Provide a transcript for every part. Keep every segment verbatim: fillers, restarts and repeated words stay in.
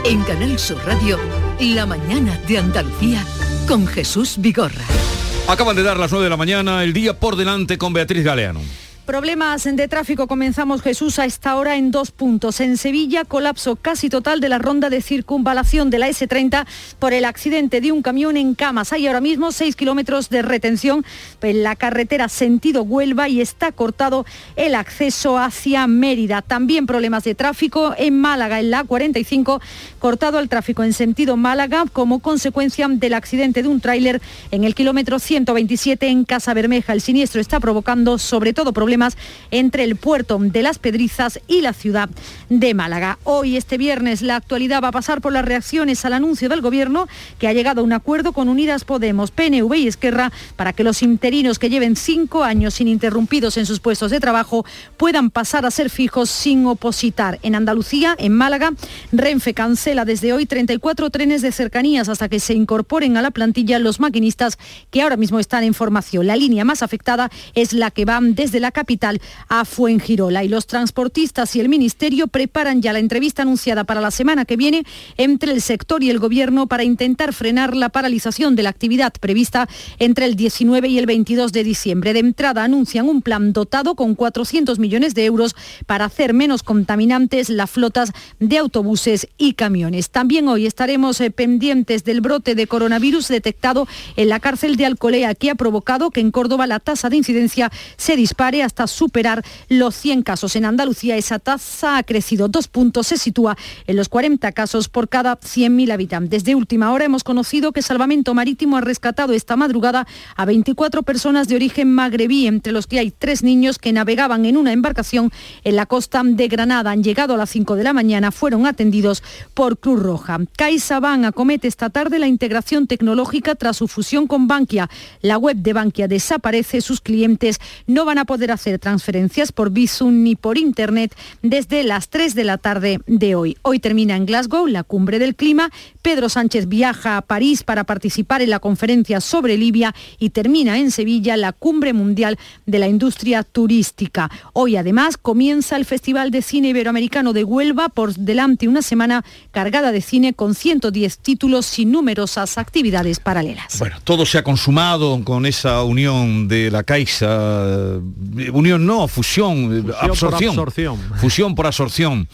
En Canal Sur Radio, La Mañana de Andalucía con Jesús Vigorra. Acaban de dar las nueve de la mañana, el día por delante con Beatriz Galeano. Problemas de tráfico, comenzamos, Jesús, a esta hora en dos puntos. En Sevilla, colapso casi total de la ronda de circunvalación de la ese treinta por el accidente de un camión en Camas. Hay ahora mismo seis kilómetros de retención en la carretera sentido Huelva y está cortado el acceso hacia Mérida. También problemas de tráfico en Málaga, en la A cuarenta y cinco, cortado el tráfico en sentido Málaga como consecuencia del accidente de un tráiler en el kilómetro ciento veintisiete en Casabermeja. El siniestro está provocando sobre todo problemas entre el puerto de Las Pedrizas y la ciudad de Málaga. Hoy, este viernes, la actualidad va a pasar por las reacciones al anuncio del Gobierno que ha llegado a un acuerdo con Unidas Podemos, P N V y Esquerra para que los interinos que lleven cinco años ininterrumpidos en sus puestos de trabajo puedan pasar a ser fijos sin opositar. En Andalucía, en Málaga, Renfe cancela desde hoy treinta y cuatro trenes de cercanías hasta que se incorporen a la plantilla los maquinistas que ahora mismo están en formación. La línea más afectada es la que va desde la capital a Fuengirola y los transportistas y el Ministerio preparan ya la entrevista anunciada para la semana que viene entre el sector y el Gobierno para intentar frenar la paralización de la actividad prevista entre el diecinueve y el veintidós de diciembre. De entrada anuncian un plan dotado con cuatrocientos millones de euros para hacer menos contaminantes las flotas de autobuses y camiones. También hoy estaremos eh, pendientes del brote de coronavirus detectado en la cárcel de Alcolea, que ha provocado que en Córdoba la tasa de incidencia se dispare hasta superar los cien casos. En Andalucía esa tasa ha crecido dos puntos, se sitúa en los cuarenta casos por cada cien mil habitantes. De última hora hemos conocido que Salvamento Marítimo ha rescatado esta madrugada a veinticuatro personas de origen magrebí, entre los que hay tres niños que navegaban en una embarcación en la costa de Granada. Han llegado a las cinco de la mañana, fueron atendidos por Cruz Roja. CaixaBank acomete esta tarde la integración tecnológica tras su fusión con Bankia. La web de Bankia desaparece, sus clientes no van a poder hacer transferencias por Bizum ni por Internet desde las tres de la tarde de hoy. Hoy termina en Glasgow la cumbre del clima. Pedro Sánchez viaja a París para participar en la conferencia sobre Libia y termina en Sevilla la cumbre mundial de la industria turística. Hoy además comienza el Festival de Cine Iberoamericano de Huelva, por delante una semana cargada de cine con ciento diez títulos y numerosas actividades paralelas. Bueno, todo se ha consumado con esa unión de la Caixa, unión no, fusión, fusión absorción, por absorción. Fusión por absorción.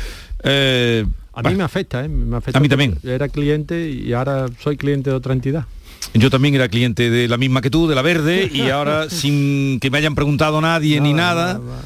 Eh, a mí me afecta, ¿eh? Me afecta. A mí también. Era cliente y ahora soy cliente de otra entidad. Yo también era cliente de la misma que tú, de la Verde, y ahora sin que me hayan preguntado nadie nada, ni nada, nada, nada.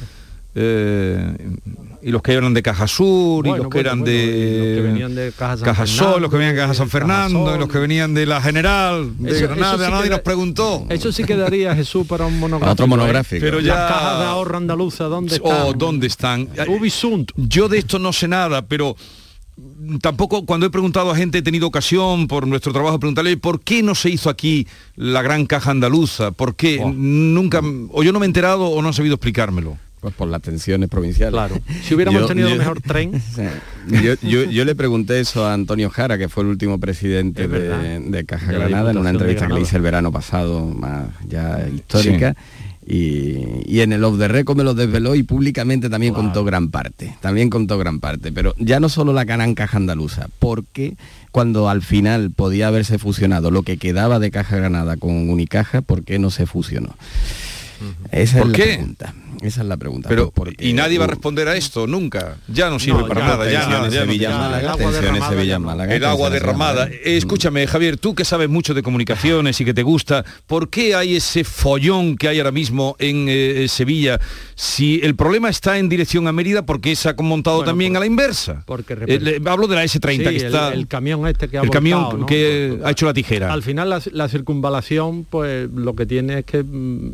Eh, y los que eran de Caja Sur, bueno, y los que bueno, eran bueno, de, los que venían de Caja San Caja Sol, los que venían de Caja San Fernando, Caja y los que venían de la General, de eso, Granada, eso sí nadie queda, nos preguntó. Eso sí quedaría, Jesús, para un monográfico. Otro monográfico. Pero ya... Las cajas de ahorro andaluza, ¿dónde están? Oh, ¿dónde están? Ubisunt. Yo de esto no sé nada, pero tampoco, cuando he preguntado a gente, he tenido ocasión por nuestro trabajo de preguntarle por qué no se hizo aquí la gran caja andaluza, por qué oh. nunca, o yo no me he enterado o no han sabido explicármelo. Pues por las tensiones provinciales. Claro. Si hubiéramos yo, tenido yo, el mejor tren. yo, yo, yo le pregunté eso a Antonio Jara, que fue el último presidente de, de Caja de Granada, en una entrevista que le hice el verano pasado, más ya histórica. Sí. Y, y en el off the record me lo desveló y públicamente también wow. contó gran parte, también contó gran parte, pero ya no solo la gran caja andaluza, porque cuando al final podía haberse fusionado lo que quedaba de Caja Granada con Unicaja, ¿por qué no se fusionó? Uh-huh. Esa ¿Por es qué? la pregunta. Esa es la pregunta. Pero porque, y nadie va a responder a esto nunca. Ya no sirve no, para ya, nada. Ya, ya, ya, Sevilla, ya, Málaga, el agua tensiones derramada, Sevilla, Málaga, el agua derramada. Eh, escúchame, Javier, tú que sabes mucho de comunicaciones y que te gusta, ¿por qué hay ese follón que hay ahora mismo en eh, Sevilla? Si el problema está en dirección a Mérida, ¿por qué se ha montado bueno, también por, a la inversa? Porque eh, le, hablo de la ese treinta sí, que está. El, el camión este que ha el volcado, camión ¿no? que porque, ha hecho la tijera. Al final la, la circunvalación, pues lo que tiene es que mmm,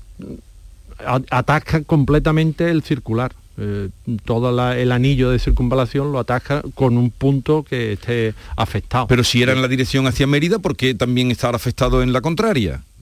atasca completamente el circular. Eh, todo la, el anillo de circunvalación lo atasca con un punto que esté afectado. Pero si era en la dirección hacia Mérida, ¿por qué también está afectado en la contraria?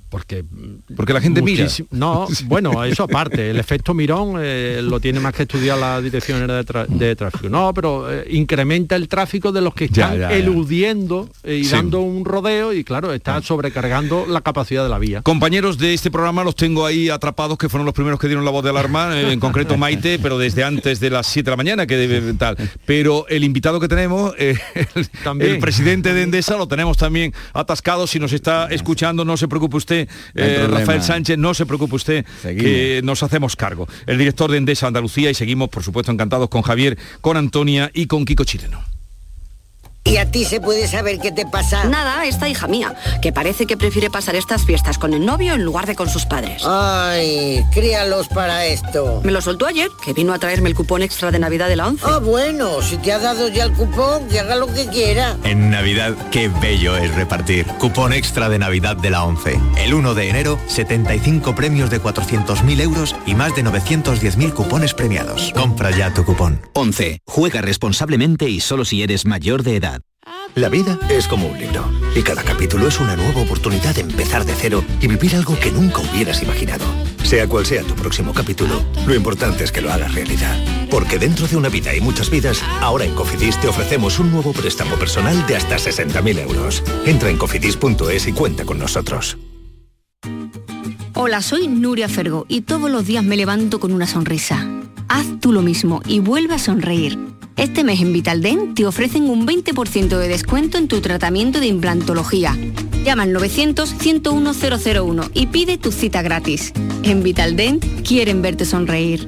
Porque, porque la gente mira. No, bueno, eso aparte, el efecto Mirón eh, lo tiene más que estudiar la Dirección General de, tra- de Tráfico. No, pero eh, incrementa el tráfico de los que están ya, ya, ya. eludiendo eh, y sí. dando un rodeo y claro, está sobrecargando la capacidad de la vía. Compañeros de este programa los tengo ahí atrapados, que fueron los primeros que dieron la voz de alarma, eh, en concreto Maite, pero desde antes de las siete de la mañana, que debe tal. Pero el invitado que tenemos, eh, el, el presidente de Endesa, lo tenemos también atascado. Si nos está escuchando, no se preocupe usted. Eh, Rafael Sánchez, no se preocupe usted, seguimos. Que nos hacemos cargo. El director de Endesa Andalucía, y seguimos, por supuesto, encantados con Javier, con Antonia y con Kiko Chileno. ¿Y a ti se puede saber qué te pasa? Nada, esta hija mía, que parece que prefiere pasar estas fiestas con el novio en lugar de con sus padres. Ay, críalos para esto. Me lo soltó ayer, que vino a traerme el cupón extra de Navidad de la once. Ah, bueno, si te ha dado ya el cupón, que haga lo que quiera. En Navidad, qué bello es repartir. Cupón extra de Navidad de la once. El uno de enero, setenta y cinco premios de cuatrocientos mil euros y más de novecientos diez mil cupones premiados. Compra ya tu cupón. once. Juega responsablemente y solo si eres mayor de edad. La vida es como un libro y cada capítulo es una nueva oportunidad de empezar de cero y vivir algo que nunca hubieras imaginado. Sea cual sea tu próximo capítulo, lo importante es que lo hagas realidad. Porque dentro de una vida y muchas vidas, ahora en Cofidis te ofrecemos un nuevo préstamo personal de hasta sesenta mil euros. Entra en cofidis punto es y cuenta con nosotros. Hola, soy Nuria Fergo y todos los días me levanto con una sonrisa. Haz tú lo mismo y vuelve a sonreír. Este mes en Vitaldent te ofrecen un veinte por ciento de descuento en tu tratamiento de implantología. Llama al novecientos, ciento uno, cero cero uno y pide tu cita gratis. En Vitaldent quieren verte sonreír.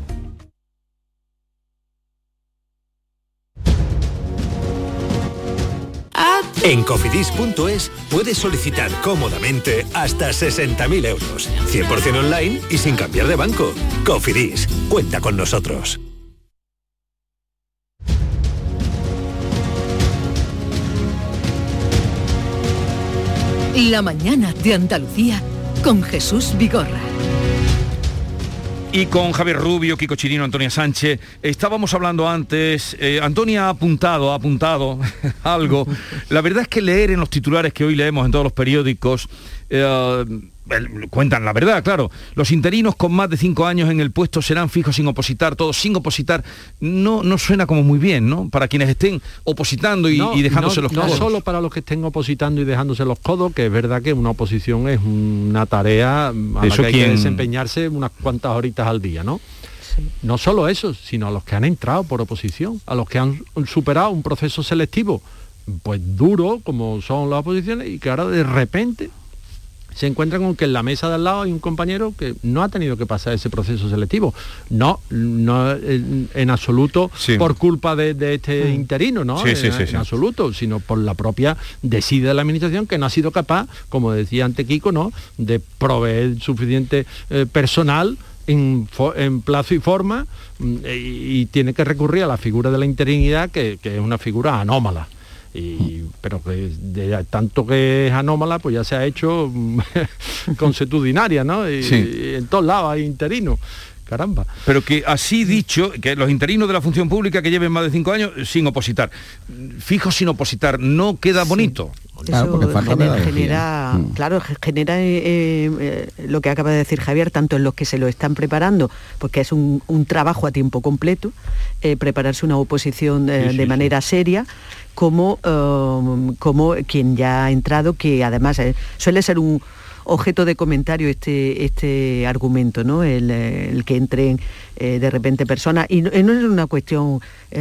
En cofidis punto es puedes solicitar cómodamente hasta sesenta mil euros. cien por ciento online y sin cambiar de banco. Cofidis, cuenta con nosotros. La mañana de Andalucía con Jesús Vigorra. Y con Javier Rubio, Kiko Chileno, Antonia Sánchez. Estábamos hablando antes, eh, Antonia ha apuntado, ha apuntado algo. La verdad es que leer en los titulares que hoy leemos en todos los periódicos, eh, cuentan la verdad, claro. Los interinos con más de cinco años en el puesto serán fijos sin opositar, todos sin opositar. No, no suena como muy bien, ¿no? Para quienes estén opositando y, no, y dejándose no, los codos. No solo para los que estén opositando y dejándose los codos, que es verdad que una oposición es una tarea a la eso que hay quien... que desempeñarse unas cuantas horitas al día, ¿no? Sí. No solo eso, sino a los que han entrado por oposición, a los que han superado un proceso selectivo, pues duro, como son las oposiciones, y que ahora de repente se encuentran con que en la mesa de al lado hay un compañero que no ha tenido que pasar ese proceso selectivo. No, no en, en absoluto sí. por culpa de, de este mm. interino, ¿no? Sí, en, sí, sí, en sí. absoluto, sino por la propia desidia de la administración, que no ha sido capaz, como decía ante Kiko, ¿no?, de proveer suficiente eh, personal en, en plazo y forma, y, y tiene que recurrir a la figura de la interinidad, que, que es una figura anómala. Y, pero que de tanto que es anómala, pues ya se ha hecho consuetudinaria, ¿no? Y, sí. y en todos lados hay interinos. Caramba. Pero que así dicho, que los interinos de la función pública que lleven más de cinco años sin opositar, fijos sin opositar, no queda bonito. Sí. Claro, eso genera, genera mm. claro, genera eh, eh, lo que acaba de decir Javier, tanto en los que se lo están preparando, porque es un, un trabajo a tiempo completo, eh, prepararse una oposición eh, sí, sí, de manera sí. seria, como, uh, como quien ya ha entrado, que además eh, suele ser un objeto de comentario este este argumento, ¿no? El, el que entren eh, de repente personas, y no, no es una cuestión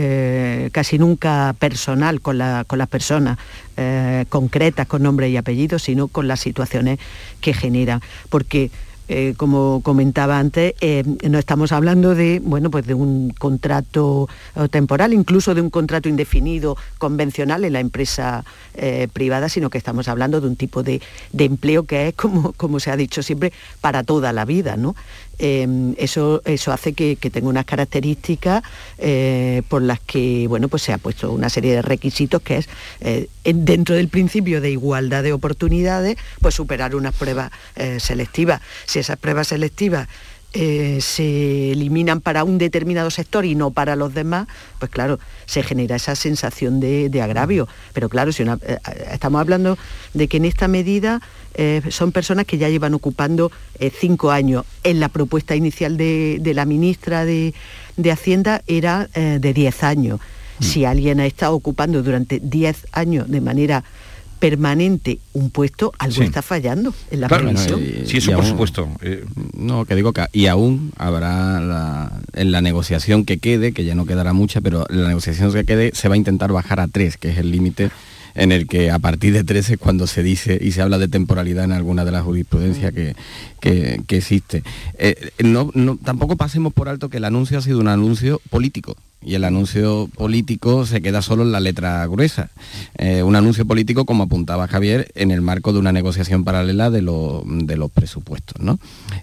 eh, casi nunca personal con, la, con las personas eh, concretas, con nombre y apellido, sino con las situaciones que generan, porque Eh, como comentaba antes, eh, no estamos hablando de, bueno, pues de un contrato eh, temporal, incluso de un contrato indefinido convencional en la empresa eh, privada, sino que estamos hablando de un tipo de, de empleo que es, como, como se ha dicho siempre, para toda la vida, ¿no? Eh, eso, eso hace que, que tenga unas características eh, por las que, bueno, pues se ha puesto una serie de requisitos, que es, eh, dentro del principio de igualdad de oportunidades, pues superar unas pruebas eh, selectivas. Si esas pruebas selectivas eh, se eliminan para un determinado sector y no para los demás, pues claro, se genera esa sensación de, de agravio. Pero claro, si una, eh, estamos hablando de que en esta medida eh, son personas que ya llevan ocupando eh, cinco años. En la propuesta inicial de, de la ministra de, de Hacienda era eh, de diez años. Mm. Si alguien ha estado ocupando durante diez años de manera permanente un puesto, algo sí. está fallando en la claro, previsión. No, y, sí, eso por aún, supuesto. Eh, no, que digo que y aún habrá la, en la negociación que quede, que ya no quedará mucha, pero la negociación que quede se va a intentar bajar a tres, que es el límite en el que a partir de trece es cuando se dice y se habla de temporalidad en alguna de las jurisprudencias que, que, que existe. Eh, no, no, tampoco pasemos por alto que el anuncio ha sido un anuncio político. Y el anuncio político se queda solo en la letra gruesa. Eh, un anuncio político, como apuntaba Javier, en el marco de una negociación paralela de, lo, de los presupuestos, ¿no?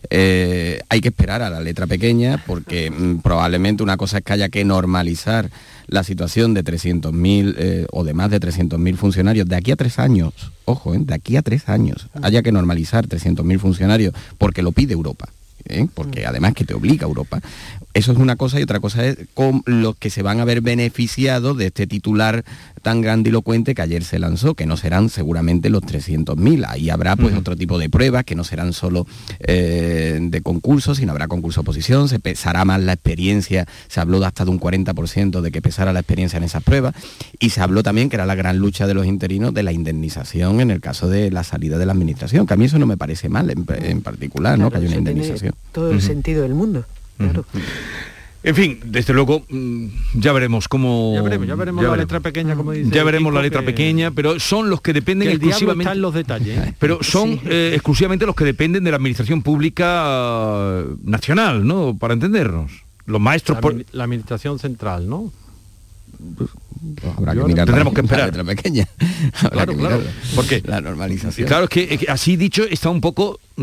Eh, hay que esperar a la letra pequeña porque mmm, probablemente una cosa es que haya que normalizar la situación de trescientos mil eh, o de más de trescientos mil funcionarios de aquí a tres años, ojo, eh, de aquí a tres años, haya que normalizar trescientos mil funcionarios porque lo pide Europa. ¿Eh? Porque además que te obliga Europa. Eso es una cosa y otra cosa es con los que se van a ver beneficiados de este titular tan grandilocuente que ayer se lanzó, que no serán seguramente los trescientos mil. Ahí habrá pues uh-huh. otro tipo de pruebas que no serán solo eh, de concurso, sino habrá concurso oposición, se pesará más la experiencia, se habló de hasta de un cuarenta por ciento de que pesara la experiencia en esas pruebas, y se habló también, que era la gran lucha de los interinos, de la indemnización en el caso de la salida de la administración, que a mí eso no me parece mal en, en particular, claro, ¿no? Que haya una indemnización. Todo el uh-huh. sentido del mundo. Claro. Uh-huh. En fin, desde luego, ya veremos cómo... Ya veremos, ya veremos ya la veremos. letra pequeña, como dice. Ya veremos la letra que... pequeña, pero son los que dependen que el exclusivamente... está en los detalles. ¿eh? Pero son sí. eh, exclusivamente los que dependen de la administración pública uh, nacional, ¿no? Para entendernos. Los maestros... La, por... la administración central, ¿no? Pues, habrá que mirar tendremos que esperar la letra pequeña. Claro, claro. Porque la normalización. Claro, es que, es que así dicho está un poco mmm,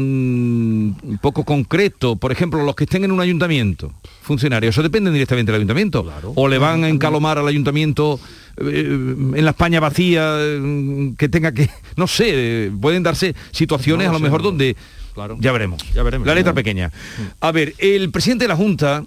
un poco concreto. Por ejemplo, los que estén en un ayuntamiento, funcionarios, eso dependen directamente del ayuntamiento. Claro. O le van a encalomar al ayuntamiento eh, en la España vacía eh, que tenga que, no sé, pueden darse situaciones no, a lo sé, mejor no. donde claro. ya veremos. Ya veremos. La letra claro. pequeña. A ver, el presidente de la Junta,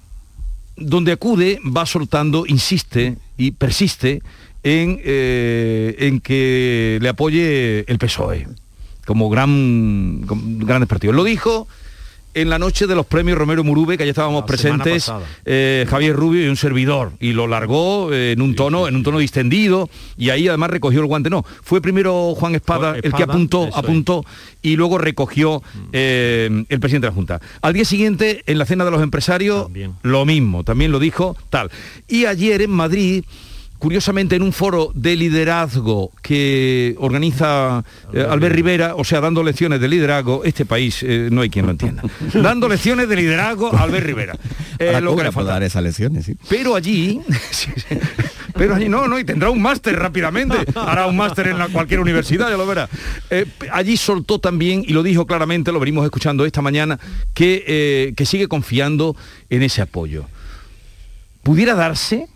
donde acude, va soltando, insiste y persiste en, eh, en que le apoye el P S O E como gran como grandes partidos. Lo dijo en la noche de los premios Romero Murube, que allá estábamos la presentes eh, Javier Rubio y un servidor, y lo largó eh, en un sí, tono sí, en un tono distendido, y ahí además recogió el guante. No, fue primero Juan Espada, Juan Espada el que apuntó, apuntó es. y luego recogió eh, el presidente de la Junta. Al día siguiente, en la cena de los empresarios, también. lo mismo, también lo dijo tal. Y ayer en Madrid, curiosamente en un foro de liderazgo que organiza eh, Albert Rivera, o sea, dando lecciones de liderazgo, este país eh, no hay quien lo entienda. Dando lecciones de liderazgo a Albert Rivera. Eh, lo que le falta dar esas lecciones, sí. Pero allí, sí, sí, pero allí no, no, y tendrá un máster rápidamente, hará un máster en la, cualquier universidad, ya lo verá. Eh, allí soltó también, y lo dijo claramente, lo venimos escuchando esta mañana, que, eh, que sigue confiando en ese apoyo. ¿Pudiera darse?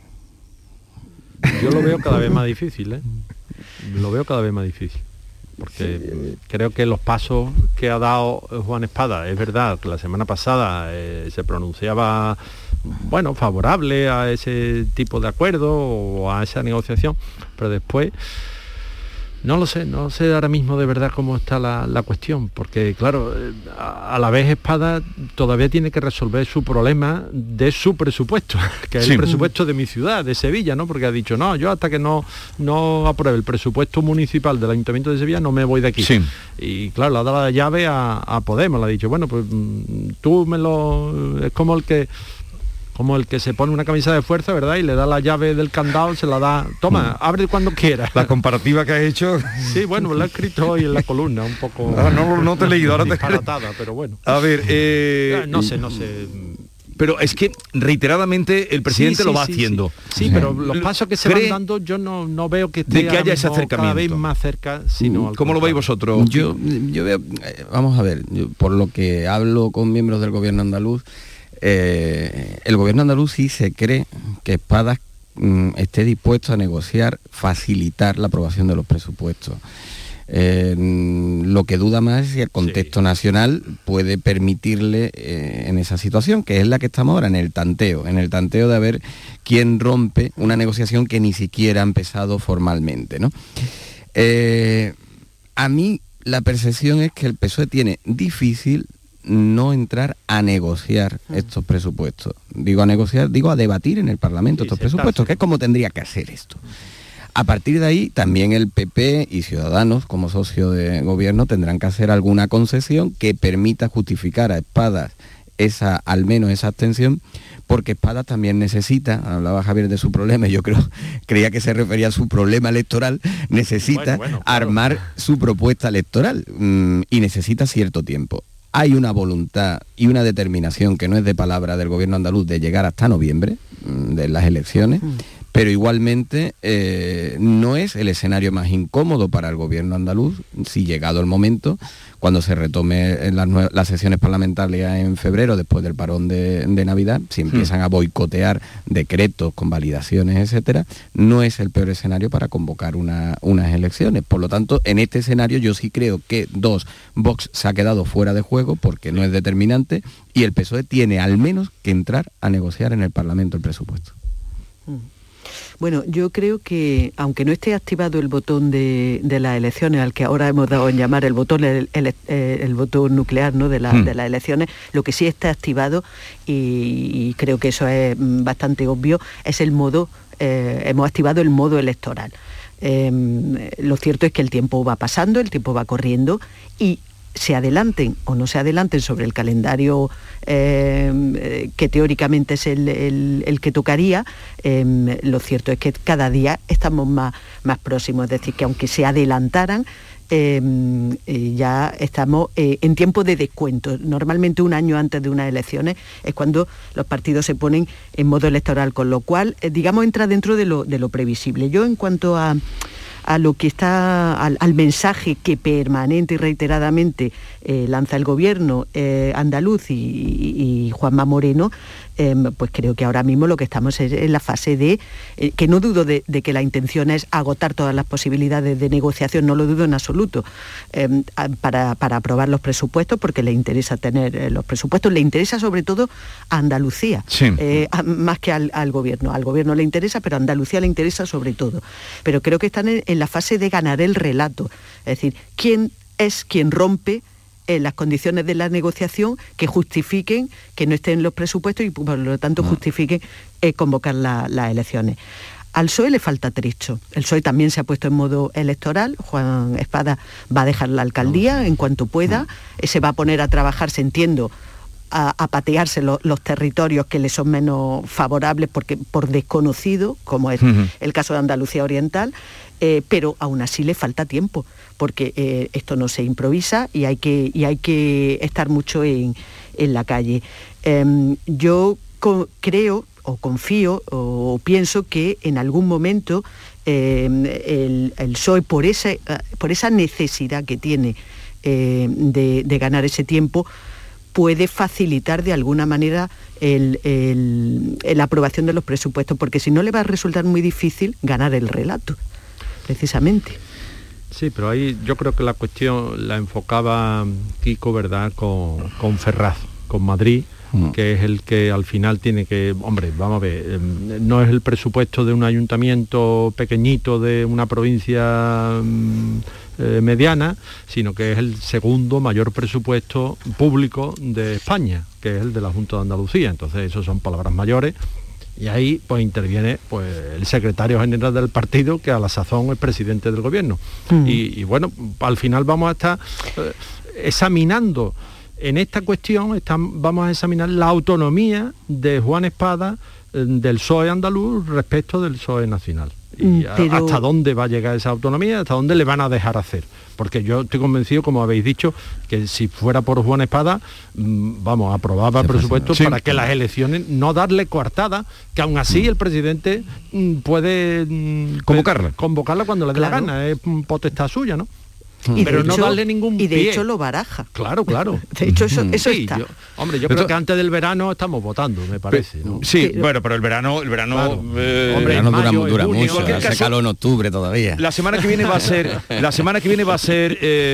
Yo lo veo cada vez más difícil, ¿eh? Lo veo cada vez más difícil. Porque sí. creo que los pasos que ha dado Juan Espada, es verdad que la semana pasada eh, se pronunciaba, bueno, favorable a ese tipo de acuerdo o a esa negociación, pero después... No lo sé, no sé ahora mismo de verdad cómo está la, la cuestión, porque claro, a, a la vez Espada todavía tiene que resolver su problema de su presupuesto, que es sí. el presupuesto de mi ciudad, de Sevilla, ¿no? Porque ha dicho, no, yo hasta que no, no apruebe el presupuesto municipal del Ayuntamiento de Sevilla no me voy de aquí. Sí. Y claro, le ha dado la llave a, a Podemos, le ha dicho, bueno, pues tú me lo... es como el que... como el que se pone una camisa de fuerza, ¿verdad? Y le da la llave del candado, se la da... Toma, abre cuando quieras. La comparativa que has hecho... Sí, bueno, la he escrito hoy en la columna, un poco... Ah, no, no te he leído, ahora te... disparatada, pero bueno. A ver, eh... No sé, no sé... Pero es que reiteradamente el presidente sí, sí, lo va sí, haciendo. Sí, sí, pero los pasos que se van dando yo no, no veo que esté de que haya ese acercamiento cada vez más cerca, sino ¿Cómo lo veis vosotros? Yo, yo veo... Vamos a ver, yo, por lo que hablo con miembros del gobierno andaluz, Eh, el gobierno andaluz sí se cree que Espadas mm, esté dispuesto a negociar, facilitar la aprobación de los presupuestos. Eh, lo que duda más es si el contexto sí. nacional puede permitirle eh, en esa situación, que es la que estamos ahora, en el tanteo, en el tanteo de a ver quién rompe una negociación que ni siquiera ha empezado formalmente, ¿no? Eh, a mí la percepción es que el P S O E tiene difícil no entrar a negociar mm. estos presupuestos. Digo a negociar, digo a debatir en el Parlamento sí, estos presupuestos, que es como tendría que hacer esto. A partir de ahí, también el P P y Ciudadanos, como socio de gobierno, tendrán que hacer alguna concesión que permita justificar a Espadas esa, al menos esa abstención, porque Espadas también necesita, hablaba Javier de su problema, y yo creo, creía que se refería a su problema electoral, necesita bueno, bueno, claro. armar su propuesta electoral mmm, y necesita cierto tiempo. Hay una voluntad y una determinación que no es de palabra del gobierno andaluz de llegar hasta noviembre mmm, de las elecciones, mm. pero igualmente eh, no es el escenario más incómodo para el gobierno andaluz, si llegado el momento, cuando se retome las, las sesiones parlamentarias en febrero, después del parón de, de Navidad, si empiezan a boicotear decretos con validaciones, etcétera, no es el peor escenario para convocar una, unas elecciones. Por lo tanto, en este escenario yo sí creo que, dos, Vox se ha quedado fuera de juego porque no es determinante, y el P S O E tiene al menos que entrar a negociar en el Parlamento el presupuesto. Mm. Bueno, yo creo que, aunque no esté activado el botón de, de las elecciones, al que ahora hemos dado en llamar el botón el, el, el botón nuclear, ¿no?, de, la, mm. de las elecciones, lo que sí está activado, y, y creo que eso es bastante obvio, es el modo, eh, hemos activado el modo electoral. Eh, lo cierto es que el tiempo va pasando, el tiempo va corriendo, y se adelanten o no se adelanten sobre el calendario eh, que teóricamente es el, el, el que tocaría, eh, lo cierto es que cada día estamos más, más próximos, es decir, que aunque se adelantaran, eh, eh, ya estamos eh, en tiempo de descuento. Normalmente un año antes de unas elecciones es cuando los partidos se ponen en modo electoral, con lo cual, eh, digamos, entra dentro de lo, de lo previsible. Yo, en cuanto a a lo que está, al, al mensaje que permanente y reiteradamente eh, lanza el gobierno eh, andaluz y, y, y Juanma Moreno, eh, pues creo que ahora mismo lo que estamos es en la fase de, eh, que no dudo de, de que la intención es agotar todas las posibilidades de negociación, no lo dudo en absoluto, eh, para, para aprobar los presupuestos, porque le interesa tener eh, los presupuestos, le interesa sobre todo a Andalucía, sí. eh, a, más que al, al gobierno. Al gobierno le interesa, pero a Andalucía le interesa sobre todo. Pero creo que están en, en la fase de ganar el relato, es decir, ¿quién es quien rompe en las condiciones de la negociación que justifiquen que no estén los presupuestos y por lo tanto justifiquen eh, convocar la, las elecciones? Al P S O E le falta trecho. El P S O E también se ha puesto en modo electoral. Juan Espadas va a dejar la alcaldía en cuanto pueda, se va a poner a trabajarse, entiendo, a, a patearse lo, los territorios que le son menos favorables porque por desconocido, como es uh-huh. el caso de Andalucía Oriental, eh, pero aún así le falta tiempo, porque eh, esto no se improvisa y hay que, y hay que estar mucho en, en la calle. Eh, yo co- creo o confío o pienso que en algún momento eh, el, el P S O E, por esa, por esa necesidad que tiene eh, de, de ganar ese tiempo, puede facilitar de alguna manera el, el, la aprobación de los presupuestos, porque si no le va a resultar muy difícil ganar el relato, precisamente. Sí, pero ahí yo creo que la cuestión la enfocaba Kiko, ¿verdad?, con, con Ferraz, con Madrid, mm. que es el que al final tiene que, hombre, vamos a ver, eh, no es el presupuesto de un ayuntamiento pequeñito de una provincia eh, mediana, sino que es el segundo mayor presupuesto público de España, que es el de la Junta de Andalucía. Entonces, eso son palabras mayores. Y ahí pues interviene pues el secretario general del partido, que a la sazón es presidente del gobierno. Mm. Y, y bueno, al final vamos a estar eh, examinando en esta cuestión, están, vamos a examinar la autonomía de Juan Espadas, eh, del P S O E andaluz respecto del P S O E nacional. Y Pero... hasta dónde va a llegar esa autonomía, hasta dónde le van a dejar hacer. Porque yo estoy convencido, como habéis dicho, que si fuera por Juan Espadas, mmm, vamos, aprobaba presupuestos sí. para que las elecciones, no darle coartada, que aún así el presidente mmm, puede, mmm, convocarla. convocarla cuando le dé claro. la gana, es potestad suya, ¿no? Y pero de no hecho, darle ningún Y de pie. hecho lo baraja. Claro, claro. De hecho eso, eso Sí, está. yo- hombre, yo creo que antes del verano estamos votando, me parece, ¿no? Sí, bueno, pero el verano, el verano, Claro. eh, Hombre, El verano en dura, mayo, en dura junio, mucho, cualquier hace caso- calor en octubre todavía. la semana que viene va a ser, la semana que viene va a ser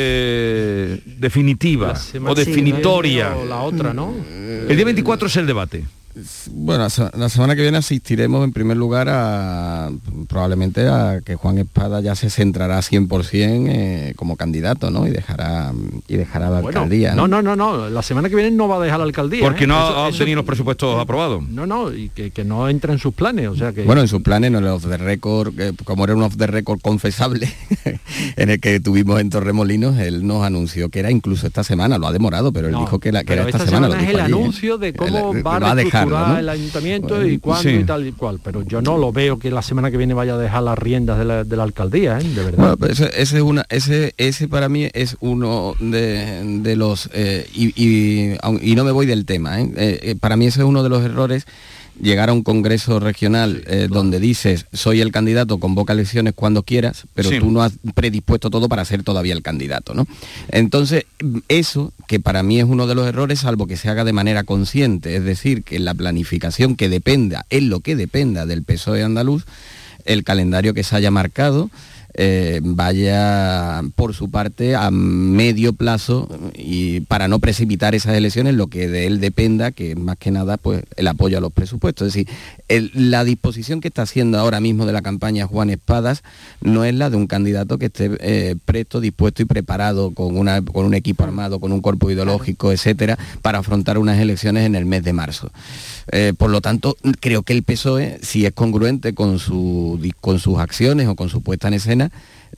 eh, definitiva La semana o que definitoria. viene o la otra, ¿no? El día veinticuatro es el debate. Bueno, la se- la semana que viene asistiremos en primer lugar a probablemente a que Juan Espada ya se centrará cien por ciento eh, como candidato, ¿no? Y dejará y dejará la Bueno, alcaldía. no, no, no, no. La semana que viene no va a dejar la alcaldía. Porque ¿eh? no Eso- ha eso- obtenido los presupuestos aprobados. No, no, y que, que no entra en sus planes, o sea que... Bueno, en sus planes, en el off the record, eh, como era un off the record confesable, en el que tuvimos en Torremolinos, él nos anunció que era incluso esta semana, lo ha demorado, pero él No, dijo que, la, que pero era esta, esta semana. semana lo es dijo el allí, ¿eh? anuncio de cómo Él, eh, va a dejarlo, reestructurar ¿no? el ayuntamiento Bueno, y cuándo sí. y tal y cual, pero yo no lo veo que la semana que viene vaya a dejar las riendas de la, de la alcaldía, ¿eh? De verdad. Bueno, pero ese, ese es una, ese, ese para mí es uno de, de los eh, y, y, aun- y no me voy del tema. ¿eh? Eh, eh, para mí ese es uno de los errores. Llegar a un congreso regional eh, donde dices soy el candidato, convoca elecciones cuando quieras, pero Sí. tú no has predispuesto todo para ser todavía el candidato, ¿no? Entonces, eso, que para mí es uno de los errores, salvo que se haga de manera consciente, es decir, que la planificación que dependa, en lo que dependa del P S O E andaluz, el calendario que se haya marcado, eh, vaya por su parte a medio plazo y para no precipitar esas elecciones, lo que de él dependa, que más que nada pues el apoyo a los presupuestos. Es decir, el- la disposición que está haciendo ahora mismo de la campaña Juan Espadas no es la de un candidato que esté eh, presto, dispuesto y preparado con, una, con un equipo armado, con un cuerpo ideológico, etcétera, para afrontar unas elecciones en el mes de marzo. Eh, por lo tanto, creo que el P S O E, si es congruente con, su, di- con sus acciones o con su puesta en escena,